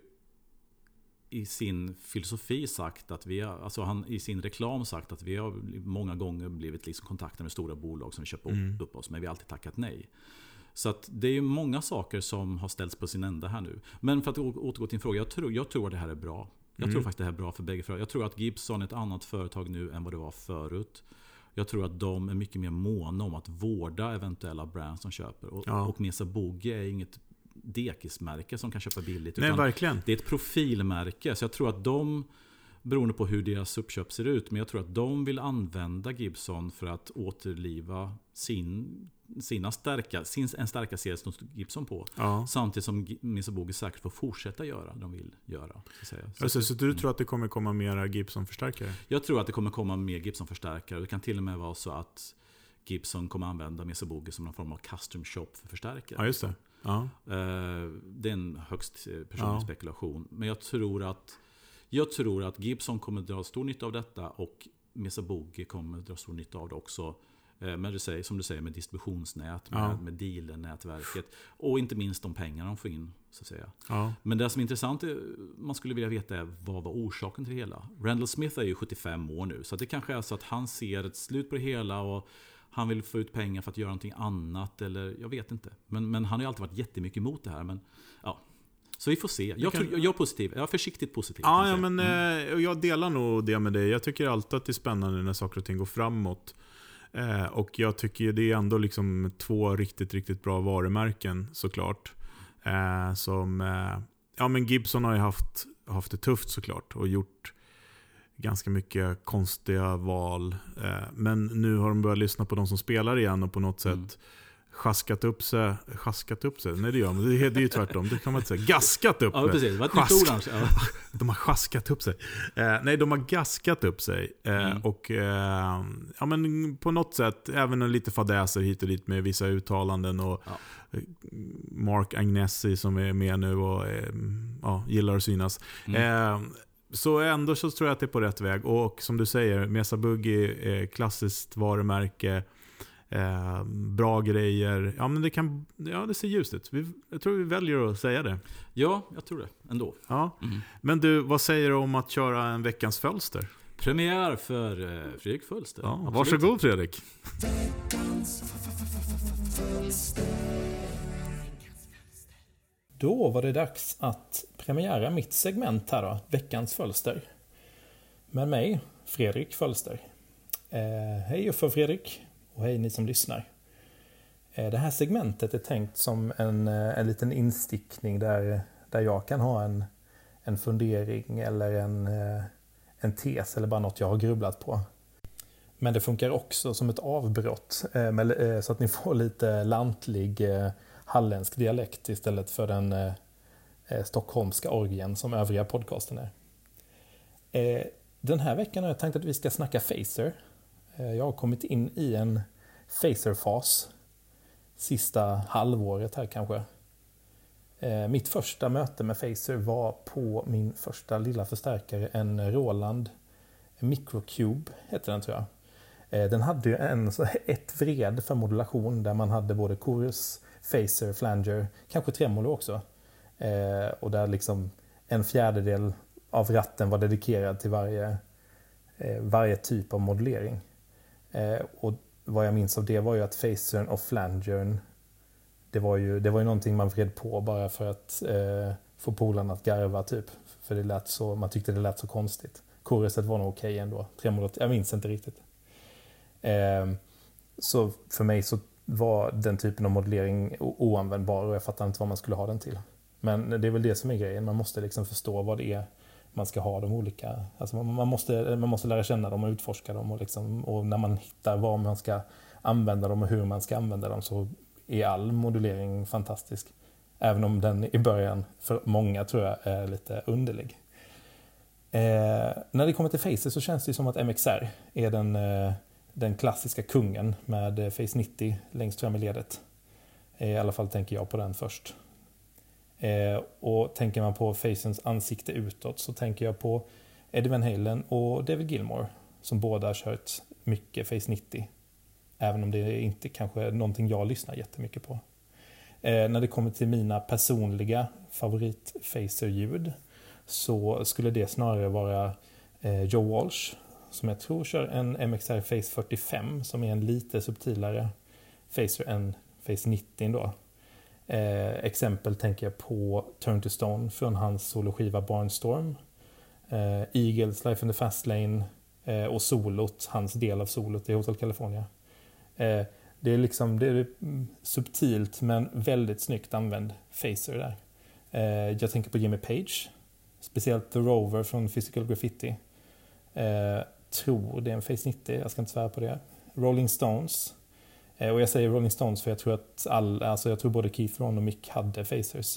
i sin filosofi sagt att han i sin reklam sagt att vi har många gånger blivit liksom kontaktade med stora bolag som vill köpa upp oss, men vi har alltid tackat nej. Så att det är många saker som har ställts på sin ända här nu. Men för att återgå till en fråga, jag tror att det här är bra. Jag tror faktiskt det här är bra för bägge företag. Jag tror att Gibson är ett annat företag nu än vad det var förut. Jag tror att de är mycket mer måna om att vårda eventuella brands som köper. Och Mesa Boogie är inget dekismärke som kan köpa billigt. Nej, verkligen. Det är ett profilmärke. Så jag tror att de, beroende på hur deras uppköp ser ut, men jag tror att de vill använda Gibson för att återliva en starka serie som Gibson på. Samtidigt som Mesa Boogie säkert får fortsätta göra det de vill göra. Så du tror att det kommer komma mera Gibson-förstärkare? Jag tror att det kommer komma mer Gibson-förstärkare. Det kan till och med vara så att Gibson kommer använda Mesa Boogie som någon form av custom shop för förstärkare. Ja, just det. Ja. Det är en högst personlig spekulation. Men jag tror att Gibson kommer dra stor nytta av detta, och Mesa Boogie kommer dra stor nytta av det också. Men som du säger, med distributionsnät, med dealer-nätverket och inte minst de pengarna de får in, så att säga. Men det som är intressant man skulle vilja veta är, vad var orsaken till det hela? Randall Smith är ju 75 år nu, så det kanske är så att han ser ett slut på det hela och han vill få ut pengar för att göra någonting annat, eller jag vet inte. Men han har ju alltid varit jättemycket emot det här, men så vi får se. Jag är positiv. Jag är försiktigt positiv. Jag delar nog det med dig. Jag tycker alltid att det är spännande när saker och ting går framåt. Och jag tycker det är ändå liksom 2 riktigt, riktigt bra varumärken, såklart. Men Gibson har ju haft det tufft, såklart, och gjort ganska mycket konstiga val. Men nu har de börjat lyssna på de som spelar igen och på något sätt Schaskat upp sig. Nej, det gör man. Det är ju tvärtom. Det kan man inte säga. Gaskat upp. Ja, precis. Vad är De har schaskat upp sig. Nej, de har gaskat upp sig. Och men på något sätt även en lite fadäser hit och dit med vissa uttalanden, och Mark Agnesi som är med nu och gillar att synas. Så ändå så tror jag att det är på rätt väg. Och som du säger, Mesa Boogie är klassiskt varumärke. Bra grejer. Men det ser ljust ut. Jag tror vi väljer att säga det. Ja, jag tror det ändå. Men du, vad säger du om att köra en veckans Fölster? Premiär för Fredrik Fölster. Varsågod, Fredrik. Då var det dags att premiära mitt segment här då, veckans Fölster. Med mig, Fredrik Fölster. Hej för Fredrik. Och hej ni som lyssnar. Det här segmentet är tänkt som en liten instickning där jag kan ha en fundering eller en tes eller bara något jag har grubblat på. Men det funkar också som ett avbrott så att ni får lite lantlig halländsk dialekt istället för den stockholmska orgien som övriga podcasten är. Den här veckan har jag tänkt att vi ska snacka Phaser. Jag har kommit in i en Phaser-fas sista halvåret här kanske. Mitt första möte med Phaser var på min första lilla förstärkare, en Roland Microcube heter den tror jag. Den hade ju ett vred för modulation där man hade både chorus, phaser, flanger, kanske tremolo också. Och där liksom 1/4 av ratten var dedikerad till varje typ av modulering. Och vad jag minns av det var ju att phasern och flangern, det var ju någonting man vred på bara för att få polarna att garva typ. För man tyckte det lät så konstigt. Choruset var nog okej ändå. Tremolot, jag minns inte riktigt. Så för mig så var den typen av modellering oanvändbar och jag fattar inte vad man skulle ha den till. Men det är väl det som är grejen. Man måste liksom förstå vad det är man ska ha de olika. Alltså man måste lära känna dem och utforska dem. Och när man hittar vad man ska använda dem och hur man ska använda dem så är all modulering fantastisk. Även om den i början för många tror jag är lite underlig. När det kommer till Phaser så känns det som att MXR är den klassiska kungen med Phase 90 längst fram i ledet. I alla fall tänker jag på den först. Och tänker man på Phaserns ansikte utåt så tänker jag på Eddie Van Halen och David Gilmour som båda har kört mycket Phase 90. Även om det är inte kanske någonting jag lyssnar jättemycket på. När det kommer till mina personliga favorit Phaser-ljud så skulle det snarare vara Joe Walsh som jag tror kör en MXR Phase 45 som är en lite subtilare Phaser än Phase 90 då. Exempel tänker jag på Turn to Stone från hans soloskiva Barnstorm. Eagles Life in the Fast Lane och solot, hans del av solot i Hotel California. Det är subtilt men väldigt snyggt använd Phaser där. Jag tänker på Jimmy Page, speciellt The Rover från Physical Graffiti. Tror det är en Phase 90, jag ska inte svära på det. Rolling Stones. Och jag säger Rolling Stones för jag tror att jag tror både Keith, Ron och Mick hade Phasers.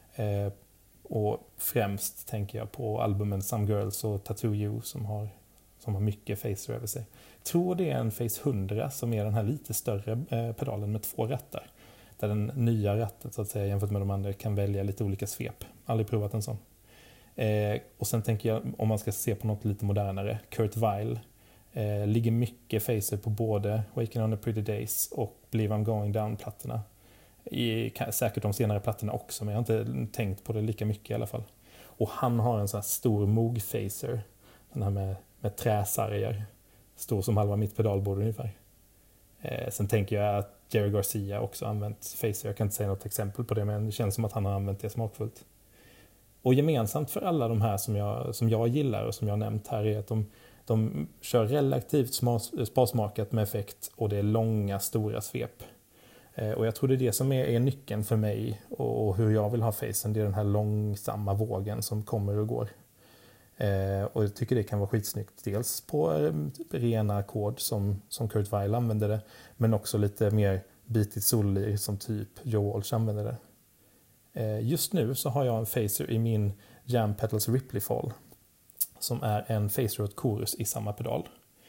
Och främst tänker jag på albumen Some Girls och Tattoo You som har mycket Phaser över sig. Tror det är en Phase 100 som är den här lite större pedalen med 2 rattar. Där den nya ratten så att säga jämfört med de andra kan välja lite olika svep. Aldrig provat en sån. Och sen tänker jag om man ska se på något lite modernare, Kurt Weill. Ligger mycket Phaser på både Waking on the Pretty Days och Believe I'm Going Down-plattorna. Säkert de senare plattorna också, men jag har inte tänkt på det lika mycket i alla fall. Och han har en sån här stor Moog Phaser, den här med träsargar, stor som halva mitt pedalbord ungefär. Sen tänker jag att Jerry Garcia också använt Phaser. Jag kan inte säga något exempel på det, men det känns som att han har använt det smakfullt. Och gemensamt för alla de här som jag gillar och som jag har nämnt här är att de kör relativt sparsmakat med effekt och det är långa, stora svep. Och jag tror det är det som är nyckeln för mig och hur jag vill ha Phasern. Det är den här långsamma vågen som kommer och går. Och jag tycker det kan vara skitsnyggt. Dels på rena ackord som Kurt Weill använder det, men också lite mer bitigt solir som typ Joe Walsh använder det. Just nu så har jag en Phaser i min Jam Pedals Ripley Fall som är en Phaser och ett chorus i samma pedal.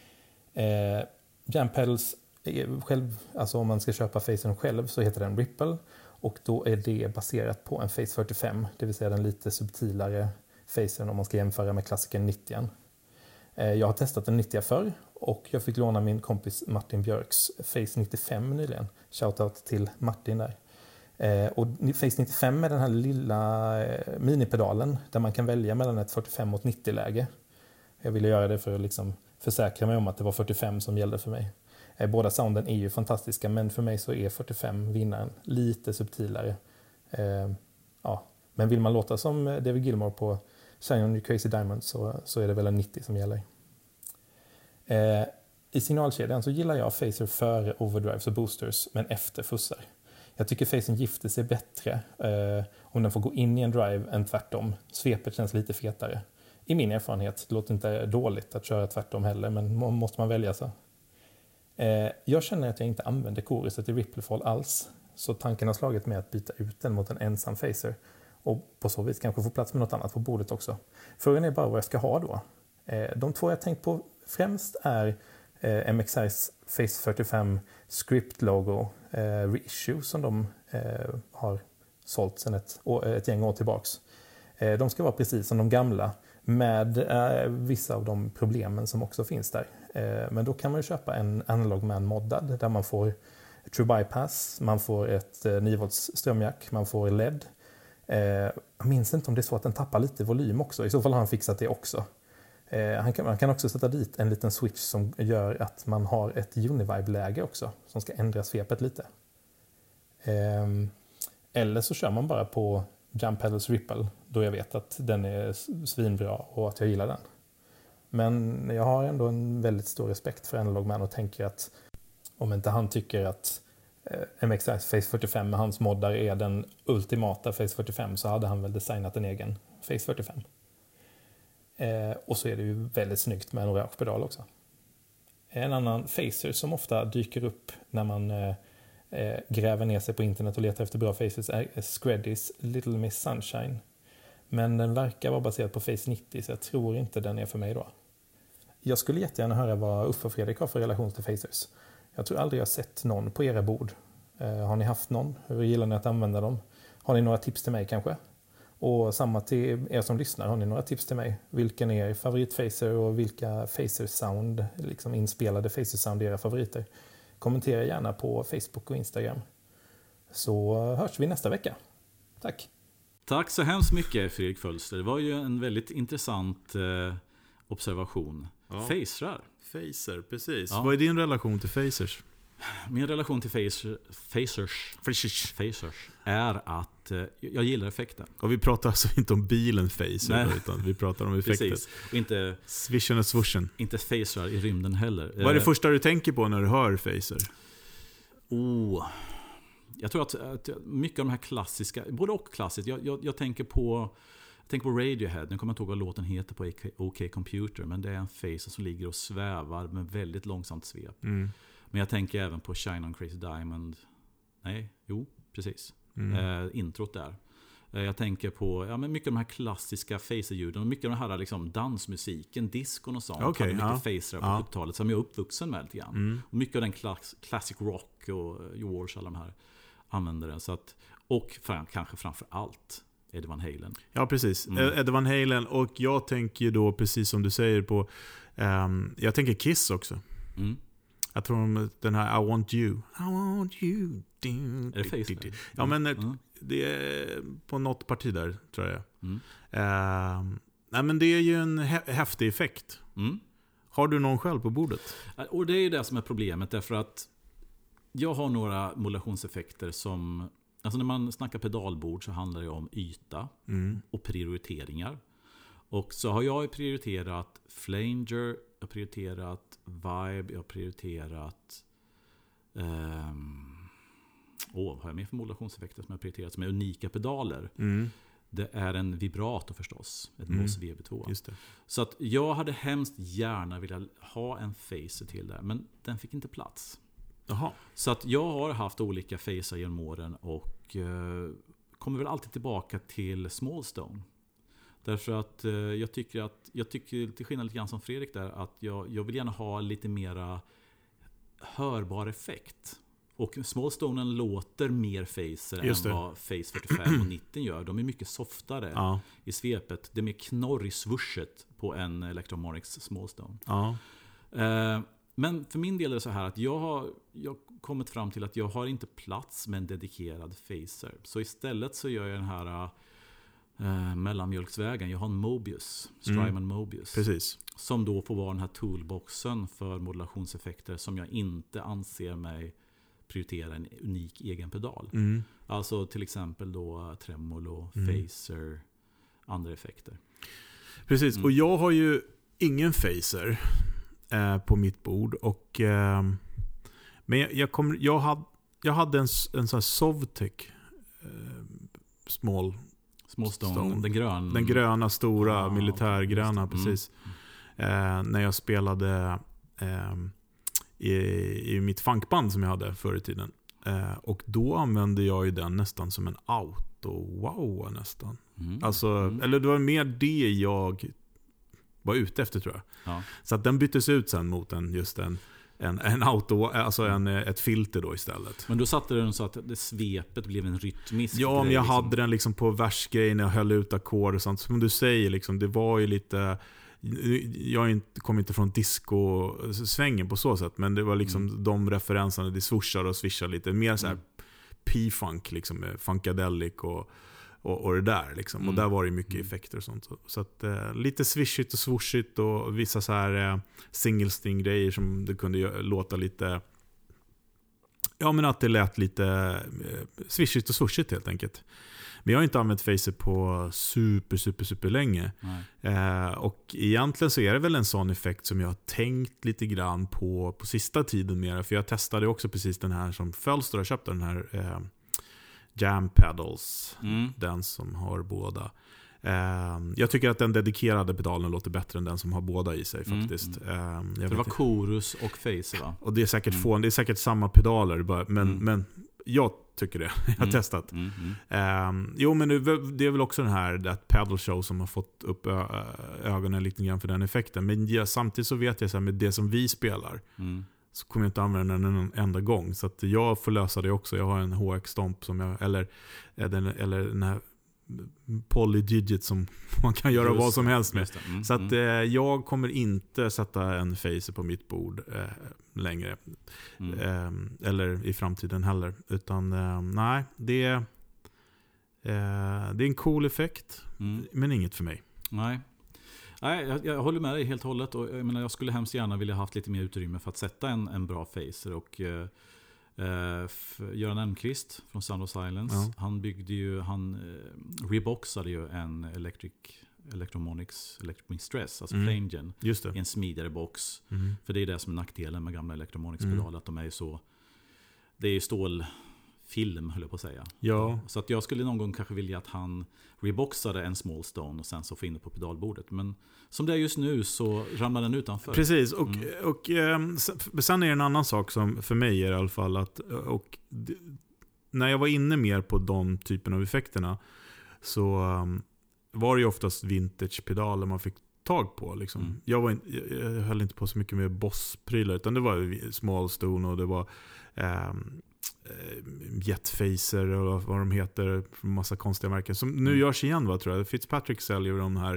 Jam Pedals själv, alltså om man ska köpa Phasern själv så heter den Ripple och då är det baserat på en Phase 45, det vill säga den lite subtilare Phasern om man ska jämföra med klassikern 90. Jag har testat den 90 förr och jag fick låna min kompis Martin Björks Phase 95 nyligen. Shoutout till Martin där. Och Phase 95 är den här lilla minipedalen där man kan välja mellan ett 45 mot 90 läge. Jag ville göra det för att liksom försäkra mig om att det var 45 som gällde för mig. Båda sounden är ju fantastiska, men för mig så är 45 vinnaren lite subtilare. Men vill man låta som David Gilmour på Shine on Your Crazy Diamond så är det väl en 90 som gäller. I signalkedjan så gillar jag Phaser före overdrives och boosters men efter fussar. Jag tycker Phasern gifter sig bättre om den får gå in i en drive än tvärtom. Svepet känns lite fetare. I min erfarenhet, det låter inte dåligt att köra tvärtom heller, men måste man välja så. Jag känner att jag inte använder koruset i Ripplefall alls, så tanken har slagit mig att byta ut den mot en ensam phaser och på så vis kanske få plats med något annat på bordet också. Frågan är bara vad jag ska ha då. De två jag tänkt på främst är MXRs Phase 45 Script Logo reissue som de har sålt sedan ett gäng år tillbaks. De ska vara precis som de gamla med vissa av de problemen som också finns där. Men då kan man ju köpa en Analog Man moddad där man får True Bypass, man får ett 9 volts strömjack, man får LED. Jag minns inte om det är så att den tappar lite volym också. I så fall har han fixat det också. Man kan också sätta dit en liten switch som gör att man har ett Univibe-läge också som ska ändra svepet lite. Eller så kör man bara på Jump Pedals Ripple då jag vet att den är svinbra och att jag gillar den. Men jag har ändå en väldigt stor respekt för Analog Man och tänker att om inte han tycker att MXR Phase 45 med hans moddar är den ultimata Phase 45 så hade han väl designat en egen Phase 45. Och så är det ju väldigt snyggt med en orange pedal också. En annan phaser som ofta dyker upp när man gräver ner sig på internet och letar efter bra phasers är Screddys Little Miss Sunshine. Men den verkar vara baserad på Phase 90 så jag tror inte den är för mig då. Jag skulle jättegärna höra vad Uffe och Fredrik har för relation till phasers. Jag tror aldrig jag sett någon på era bord. Har ni haft någon? Hur gillar ni att använda dem? Har ni några tips till mig kanske? Och samma till er som lyssnar, har ni några tips till mig? Vilken är er favoritphaser och vilka phaser sound, liksom inspelade phaser sound är era favoriter? Kommentera gärna på Facebook och Instagram. Så hörs vi nästa vecka. Tack! Tack så hemskt mycket Fredrik Fölster. Det var ju en väldigt intressant observation. Ja. Phaser, precis. Ja. Vad är din relation till phasers? Min relation till phasers är att jag gillar effekten. Och vi pratar alltså inte om bilen phaser då, utan vi pratar om effekten. Precis. Och inte swishen och swooshen. Inte phasrar i rymden heller. Vad är det första du tänker på när du hör phaser? Jag tror att mycket av de här klassiska, både och klassiskt, jag tänker på Radiohead. Nu kommer jag inte ihåg vad låten heter på OK Computer, men det är en phaser som ligger och svävar med väldigt långsamt svep. Men jag tänker även på Shine on Crazy Diamond. Precis. Introt där. Jag tänker på mycket av de här klassiska phaser-ljuden och mycket av den här liksom dansmusiken, diskon och sånt. Okay, mycket phaser på 70-talet som jag är uppvuxen med lite grann. Och mycket av den classic rock och George, alla de här använder den. Så att, och kanske framför allt Eddie Van Halen. Ja, precis. Eddie Van Halen, och jag tänker då precis som du säger på jag tänker Kiss också. Jag tror den här I want you. Är det Face? Ja, men det är på något parti där, tror jag. Nej, men det är ju en häftig effekt. Har du någon själv på bordet? Och det är ju det som är problemet, därför att jag har några modulationseffekter som, alltså när man snackar pedalbord så handlar det om yta och prioriteringar. Och så har jag prioriterat flanger, jag har prioriterat vibe, jag har prioriterat vad har jag med för modulationseffekter som jag har prioriterat som är unika pedaler? Det är en vibrato förstås, ett Moss VB2. Just det. Så att jag hade hemskt gärna velat ha en phaser till där, men den fick inte plats. Aha. Så att jag har haft olika phaser genom åren och kommer väl alltid tillbaka till Smallstone. Därför att jag tycker till skillnad lite grann som Fredrik där, att jag vill gärna ha lite mera hörbar effekt. Och Smallstonen låter mer phaser än vad Phase 45 och 90 gör. De är mycket softare i svepet. Det är mer knorr i swooshet på en Electromonix Smallstone. Men för min del är det så här att jag har kommit fram till att jag har inte plats med en dedikerad phaser. Så istället så gör jag den här mellanmjölksvägen. Jag har en Mobius, Strymon Mobius. Precis. Som då får vara den här toolboxen för modulationseffekter som jag inte anser mig prioritera en unik egen pedal. Alltså till exempel då tremolo, phaser, andra effekter. Precis, och jag har ju ingen phaser på mitt bord. Och, men jag hade en sån här Sovtek small Small Stone. Den gröna, stora, militärgröna, precis. När jag spelade i mitt funkband som jag hade förr i tiden. Och då använde jag ju den nästan som en auto-wow nästan. Eller det var mer det jag var ute efter, tror jag. Ja. Så att den byttes ut sen mot en auto, alltså ett filter då istället. Men då satte den så att det svepet blev en rytmisk Ja, grej, men jag hade den liksom på versgrejen när jag höll ut ackord och sånt. Som du säger, liksom, det var ju lite... Jag kom inte från disco-svängen på så sätt, men det var liksom de referenserna, det swooshar och swishar lite. Mer så här P-funk, liksom, med funkadelic och det där liksom. Och där var det mycket effekter och sånt. Så att lite swishigt och swooshigt och vissa så här single sting grejer som det kunde låta lite, ja, men att det lät lite swishigt och swooshigt helt enkelt. Men jag har inte använt Phaser på super länge. Och egentligen så är det väl en sån effekt som jag har tänkt lite grann på sista tiden mer. För jag testade också precis den här som Fölster har köpt, den här Jam Pedals, den som har båda. Jag tycker att den dedikerade pedalen låter bättre än den som har båda i sig faktiskt. Det var Chorus och Phaser, va? Och det är säkert det är säkert samma pedaler, men jag tycker det. Jag har testat. Jo, men det är väl också den här That Pedal Show som har fått upp ögonen lite grann för den effekten. Men samtidigt så vet jag så här, med det som vi spelar så kommer jag inte använda den en enda gång. Så att jag får lösa det också. Jag har en HX-stomp som eller den här Polydigit som man kan göra vad som helst med. Så att jag kommer inte sätta en Phaser på mitt bord längre. Eller i framtiden heller. Utan nej, det är en cool effekt, men inget för mig. Nej, jag håller med dig helt och hållet. Och jag skulle hemskt gärna vilja haft lite mer utrymme för att sätta en bra Phaser. Och Göran Elmqvist från Sound of Silence, han reboxade ju en Electromonics Stress, alltså Flamegen, i en smidigare box. För det är det som är nackdelen med gamla Electromonics-pedaler, att de är så, det är ju stålfilm, höll jag på att säga. Ja. Så att jag skulle någon gång kanske vilja att han reboxade en Small Stone och sen så få in det på pedalbordet. Men som det är just nu så ramlar den utanför. Precis, och sen är det en annan sak som för mig är i alla fall när jag var inne mer på de typen av effekterna så var det ju oftast vintage-pedaler man fick tag på. Liksom. Jag höll inte på så mycket med Boss-prylar, utan det var Small Stone och det var Jetphaser och vad de heter, massa konstiga märken som nu görs igen, tror jag. Fitzpatrick säljer de här.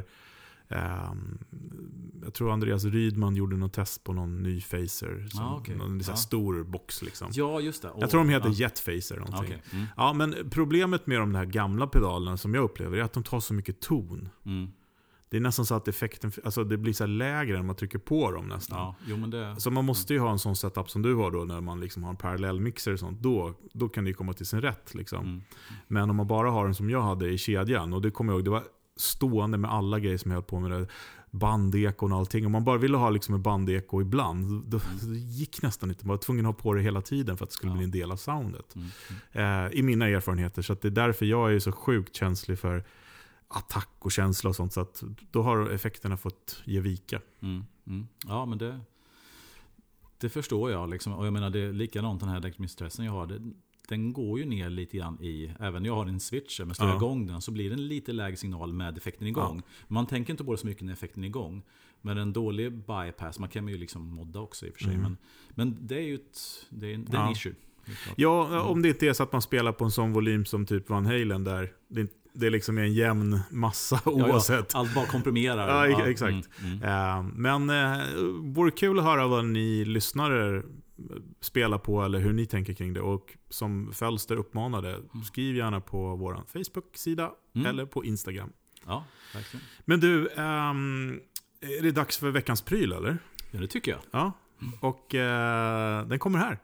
Jag tror Andreas Rydman gjorde något test på någon ny Phaser, någon stor box liksom. Ja, just det. Jag tror de heter Jetphaser någonting. Ja, men problemet med de här gamla pedalerna som jag upplever är att de tar så mycket ton. Det är nästan så att effekten, alltså det blir så här lägre när man trycker på dem nästan. Ja, jo, men så man måste ju ha en sån setup som du har då, när man liksom har en parallellmixer och sånt. Då kan det ju komma till sin rätt liksom. Men om man bara har den som jag hade i kedjan, och det kommer jag ihåg, det var stående med alla grejer som jag höll på med, det, bandekon och allting. Om man bara ville ha liksom en bandeko ibland, då gick nästan inte. Man var tvungen att ha på det hela tiden för att det skulle bli en del av soundet. I mina erfarenheter. Så att det är därför jag är så sjukt känslig för attack och känsla och sånt, så att då har effekterna fått ge vika. Ja, men det förstår jag liksom. Och jag menar, det är likadant den här elektromistressen jag har. Den går ju ner lite grann även när jag har en switcher, men står jag igång den så blir det en lite lägre signal med effekten igång. Man tänker inte på det så mycket när effekten är igång. Men en dålig bypass, man kan ju liksom modda också i och för sig. Men det är ju det är en issue. Ja, om det inte är så att man spelar på en sån volym som typ Van Halen, där det liksom är en jämn massa oavsett. Allt bara komprimerar. Ja, exakt. Men vore kul att höra vad ni lyssnare spelar på, eller hur ni tänker kring det. Och som Fölster uppmanade, skriv gärna på vår Facebook-sida eller på Instagram. Ja, verkligen. Men du, är det dags för veckans pryl, eller? Ja, det tycker jag. Ja, och den kommer här.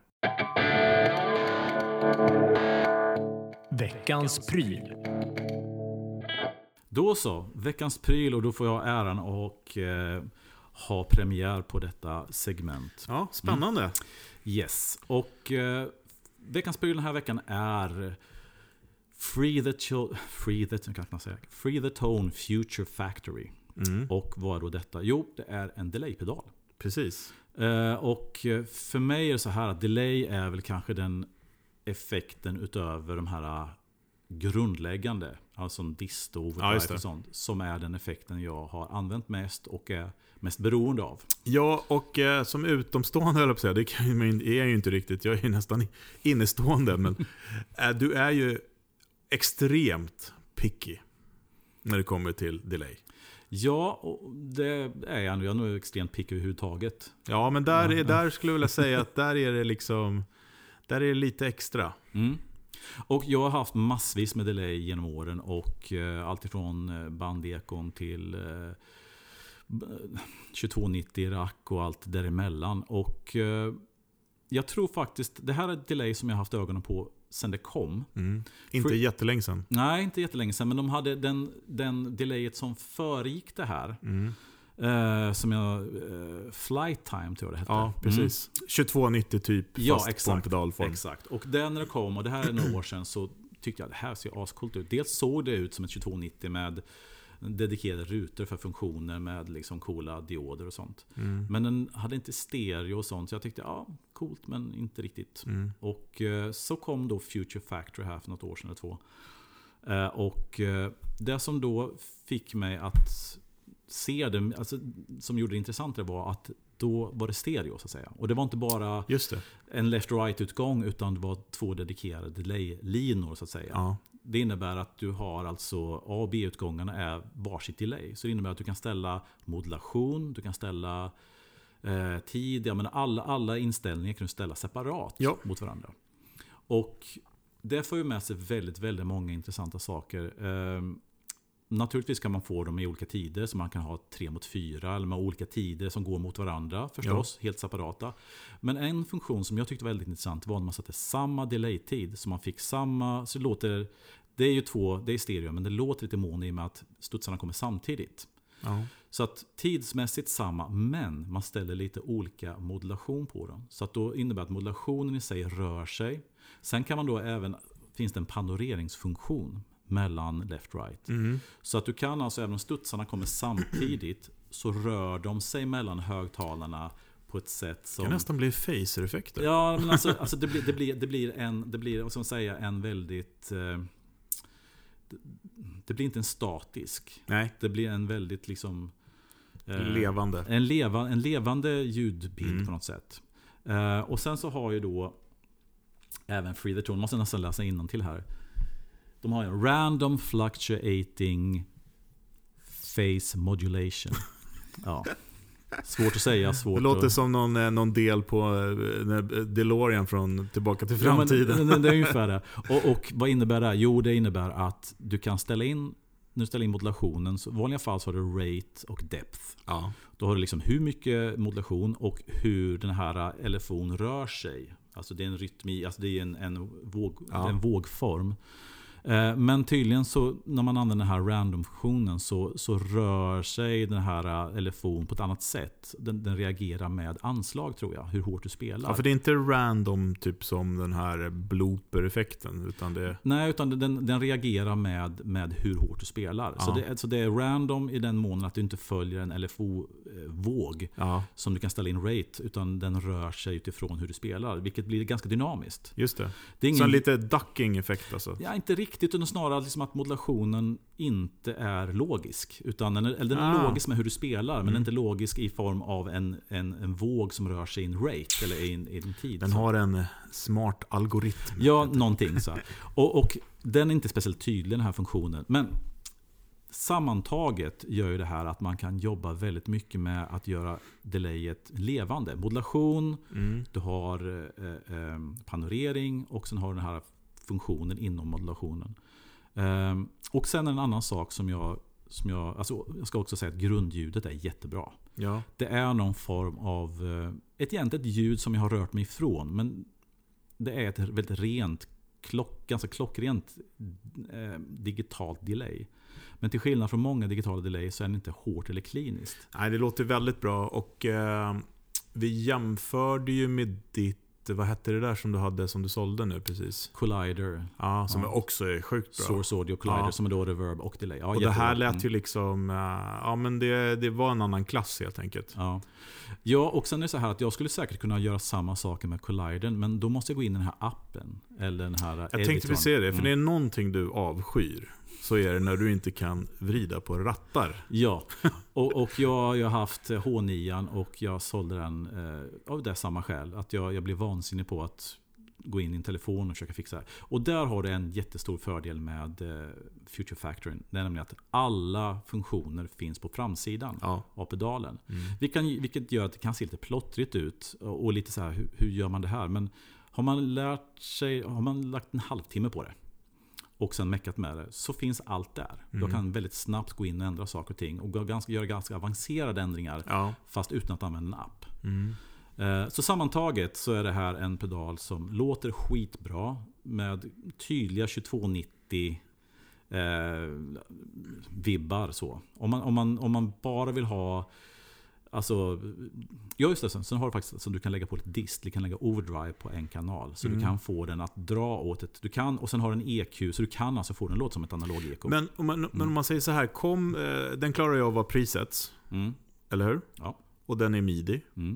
Veckans pryl. Då så, veckans pryl, och då får jag äran och ha premiär på detta segment. Ja, spännande. Yes, och veckans pryl den här veckan är Free the Tone Future Factory. Och vad är då detta? Jo, det är en delay-pedal. Precis. Och för mig är det så här att delay är väl kanske den effekten utöver de här grundläggande, alltså en dist och overdrive och sånt, som är den effekten jag har använt mest och är mest beroende av. Ja, och som utomstående, höll jag på att säga, det är jag ju inte riktigt, jag är nästan innestående, men du är ju extremt picky när det kommer till delay. Ja, och det är jag nu. Jag är nog extremt picky överhuvudtaget. Ja, men där skulle jag vilja säga att där är det liksom, där är det lite extra. Och jag har haft massvis med delay genom åren, och allt ifrån bandekon till 2290 rack och allt däremellan. Och jag tror faktiskt, det här är ett delay som jag har haft ögonen på sen det kom. Inte jättelänge sedan. Nej, inte jättelänge sedan, men de hade den delayet som föregick det här. Som jag Flight Time tror jag det hette. Ja, precis. 2290 typ, fast på en pedalform. Exakt. Och när det kom, och det här är några år sedan, så tyckte jag det här ser ascoolt ut. Dels såg det ut som ett 2290 med dedikerade rutor för funktioner med liksom coola dioder och sånt. Men den hade inte stereo och sånt, så jag tyckte coolt men inte riktigt. Och så kom då Future Factory här för något år sedan eller två. Och det som då fick mig att se det, alltså, som gjorde det intressantare, var att då var det stereo så att säga. Och det var inte bara en left-right-utgång, utan det var 2 dedikerade delay-linor så att säga. Ja. Det innebär att du har alltså A- och B-utgångarna är varsitt delay. Så det innebär att du kan ställa modulation, du kan ställa tid, jag menar alla inställningar kan du ställa separat mot varandra. Och det får ju med sig väldigt, väldigt många intressanta saker. Naturligtvis kan man få dem i olika tider, så man kan ha 3-4 eller med olika tider som går mot varandra förstås, helt separata. Men en funktion som jag tyckte var väldigt intressant var när man satte samma delay-tid, så man fick samma, så låter det är ju det är stereo, men det låter lite mono i och med att studsarna kommer samtidigt. Så att tidsmässigt samma, men man ställer lite olika modulation på dem. Så att då innebär att modulationen i sig rör sig. Sen kan man då även, finns det en panoreringsfunktion mellan left-right. Så att du kan alltså, även om studsarna kommer samtidigt, så rör de sig mellan högtalarna på ett sätt som... Det kan nästan bli phaser-effekter. Ja, men alltså det blir vad ska man säga, en väldigt... Det blir inte en statisk. Nej. Det blir en väldigt liksom... levande. En levande ljudbild på något sätt. Och sen så har ju då även Free the Tone, måste nästan läsa innantill här. De har en random fluctuating phase modulation. Ja. Svårt att säga. Det låter som någon del på DeLorean från Tillbaka till framtiden. Ja, det är ungefär det. Och vad innebär det? Jo, det innebär att du kan ställa in, när du ställer in modulationen, så i vanliga fall så har du rate och depth. Ja. Då har du liksom hur mycket modulation och hur den här LFO:n rör sig. Alltså det är en rytmi, alltså det är en vågform. Men tydligen så när man använder den här random-funktionen så rör sig den här LFO:n på ett annat sätt. Den reagerar med anslag, tror jag, hur hårt du spelar. Ja, för det är inte random typ som den här blooper-effekten, utan det... Nej, utan den reagerar med hur hårt du spelar. Ja. Så det är random i den mån att du inte följer en LFO-våg som du kan ställa in rate, utan den rör sig utifrån hur du spelar, vilket blir ganska dynamiskt. Just det. Det är ingen... Så lite ducking-effekt alltså? Ja, inte riktigt, utan snarare liksom att modulationen inte är logisk, utan den är logisk med hur du spelar, men den är inte logisk i form av en våg som rör sig i en rate eller i en tid. Den har en smart algoritm. Ja, någonting så här. Och den är inte speciellt tydlig, den här funktionen, men sammantaget gör ju det här att man kan jobba väldigt mycket med att göra delayet levande. Modulation, du har panorering, och sen har du den här funktionen inom modulationen. Och sen en annan sak som jag ska också säga att grundljudet är jättebra. Ja. Det är någon form av ett ljud som jag har rört mig ifrån, men det är ett väldigt rent, ganska klockrent digitalt delay. Men till skillnad från många digitala delay så är det inte hårt eller kliniskt. Nej, det låter väldigt bra, och vi jämförde ju med ditt vad hette det där som du hade som du sålde nu precis? Collider. Ja, som också är sjukt bra. Source Audio Collider som är då reverb och delay. Ja, och det här lät ju liksom, men det var en annan klass helt enkelt. Ja, och sen är det så här att jag skulle säkert kunna göra samma saker med Collidern, men då måste jag gå in i den här appen eller den här Jag tänkte vi se det, för det är någonting du avskyr. Så är det när du inte kan vrida på rattar. Ja, och jag har haft H9 och jag sålde den av det samma skäl. Att jag blev vansinnig på att gå in i en telefon och försöka fixa det. Och där har det en jättestor fördel med Future Factory. Det är nämligen att alla funktioner finns på framsidan av pedalen. Vilket gör att det kan se lite plottrigt ut. Och lite så här, hur gör man det här? Men har man lagt en halvtimme på det och sen meckat med det, så finns allt där. Jag kan väldigt snabbt gå in och ändra saker och ting och göra ganska avancerade ändringar fast utan att använda en app. Så sammantaget så är det här en pedal som låter skitbra med tydliga 2290 vibbar så. Om man bara vill ha alltså, ja just det, sen har du faktiskt så du kan lägga på lite dist, du kan lägga overdrive på en kanal så du kan få den att dra åt ett, och sen har den EQ så du kan alltså få den låta som ett analog eko. Men om man säger så här, den klarar jag av att vara presets. Eller hur? Ja. Och den är MIDI.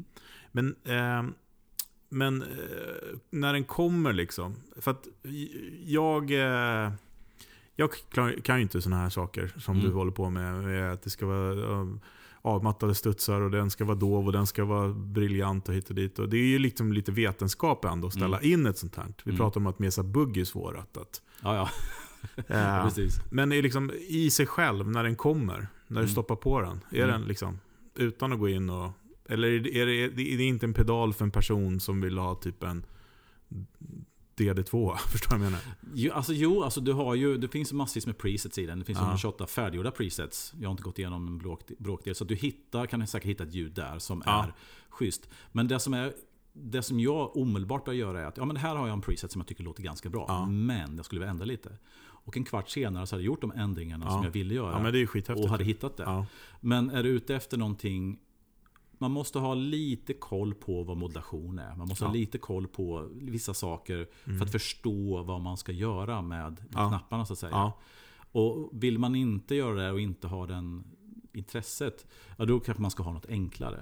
Men när den kommer liksom, för att jag kan ju inte såna här saker som du håller på med att det ska vara avmattade studsar och den ska vara dov och den ska vara briljant och hit och dit. Och det är ju liksom lite vetenskap ändå att ställa in ett sånt här. Vi pratar om att Mesa Buggy är svårattat. Ja. Precis. Men är liksom i sig själv när den kommer, när du stoppar på den, är den liksom utan att gå in och, eller är det inte en pedal för en person som vill ha typ en DD2, förstår du vad jag menar? Alltså du har ju, det finns massvis med presets i den. Det finns 128 färdiggjorda presets. Jag har inte gått igenom en bråkdel. Så att du kan säkert hitta ett ljud där som är schysst. Men det som jag omedelbart börjar göra är att men här har jag en preset som jag tycker låter ganska bra. Men jag skulle vilja ändra lite. Och en kvart senare så hade jag gjort de ändringarna som jag ville göra. Men det är ju skithäftigt. Och hade hittat det. Men är du ute efter någonting, man måste ha lite koll på vad modulation är. Man måste ha lite koll på vissa saker för att förstå vad man ska göra med knapparna så att säga. Och vill man inte göra det och inte ha den intresset, då kanske man ska ha något enklare.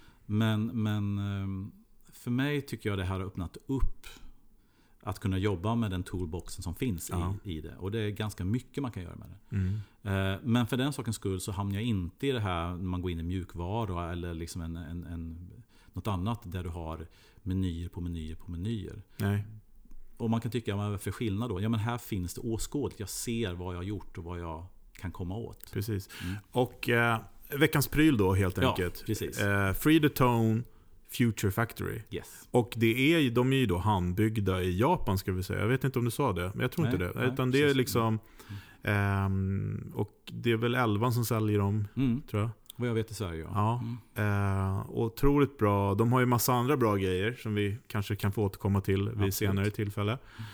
Men för mig tycker jag det här har öppnat upp att kunna jobba med den toolboxen som finns i det. Och det är ganska mycket man kan göra med det. Men för den sakens skull så hamnar jag inte i det här när man går in i mjukvara eller liksom något annat där du har menyer på menyer på menyer. Nej. Och man kan tycka, vad är för skillnad då? Ja, men här finns det åskådligt. Jag ser vad jag har gjort och vad jag kan komma åt. Precis. Och veckans pryl då helt enkelt. Precis. Free the Tone Future Factory. Yes. Och de är ju då handbyggda i Japan ska vi säga. Jag vet inte om du sa det, men jag tror inte det. Utan det är liksom och det är väl 11 som säljer dem, tror jag. Vad jag vet i Sverige. Otroligt bra. De har ju massa andra bra grejer som vi kanske kan få återkomma till vid senare tillfälle.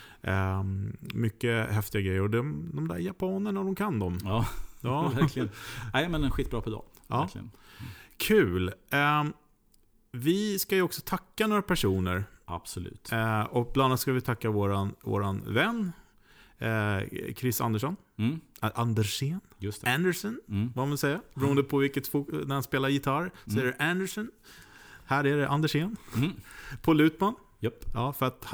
Mycket häftiga grejer. Och de där japanerna, de kan dem. Ja. Verkligen. Nej, men en skitbra pedal. Verkligen. Kul. Vi ska ju också tacka några personer. Absolut. Och bland annat ska vi tacka våran vän Chris Andersson. Andersen. Just det. Anderson, vad man säger. Beroende på när han spelar gitarr så är det Anderson. Här är det Andersen. På Lutman. Yep. Ja, för att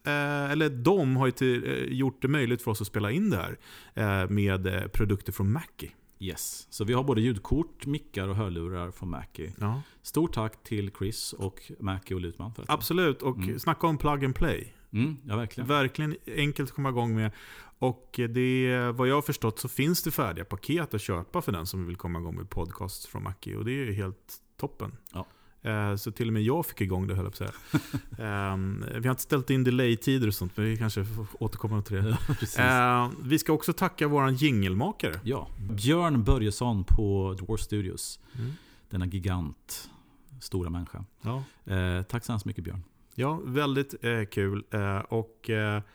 de har ju gjort det möjligt för oss att spela in det här med produkter från Mackie. Yes, så vi har både ljudkort, mickar och hörlurar från Mackie. Stort tack till Chris och Mackie och Lutman för det. Absolut, och snacka om plug and play. Ja, verkligen. Verkligen enkelt att komma igång med. Och vad jag har förstått så finns det färdiga paket att köpa för den som vill komma igång med podcast från Mackie. Och det är ju helt toppen. Så till och med jag fick igång det, höll jag på att säga. Vi har inte ställt in delay-tider och sånt, men vi kanske får återkomma till det. Vi ska också tacka våran jingelmakare. Ja, Björn Börjesson på Dwarf Studios. Denna gigant, stora människa. Tack så hemskt mycket, Björn. Ja, väldigt kul. Och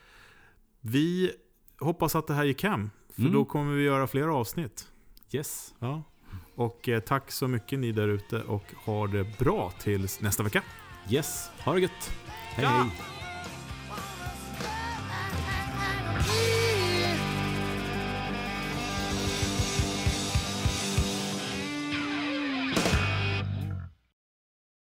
vi hoppas att det här gick hem. För då kommer vi göra fler avsnitt. Yes. Ja. Och tack så mycket ni där ute och ha det bra tills nästa vecka. Yes, ha det gött. Hej hej!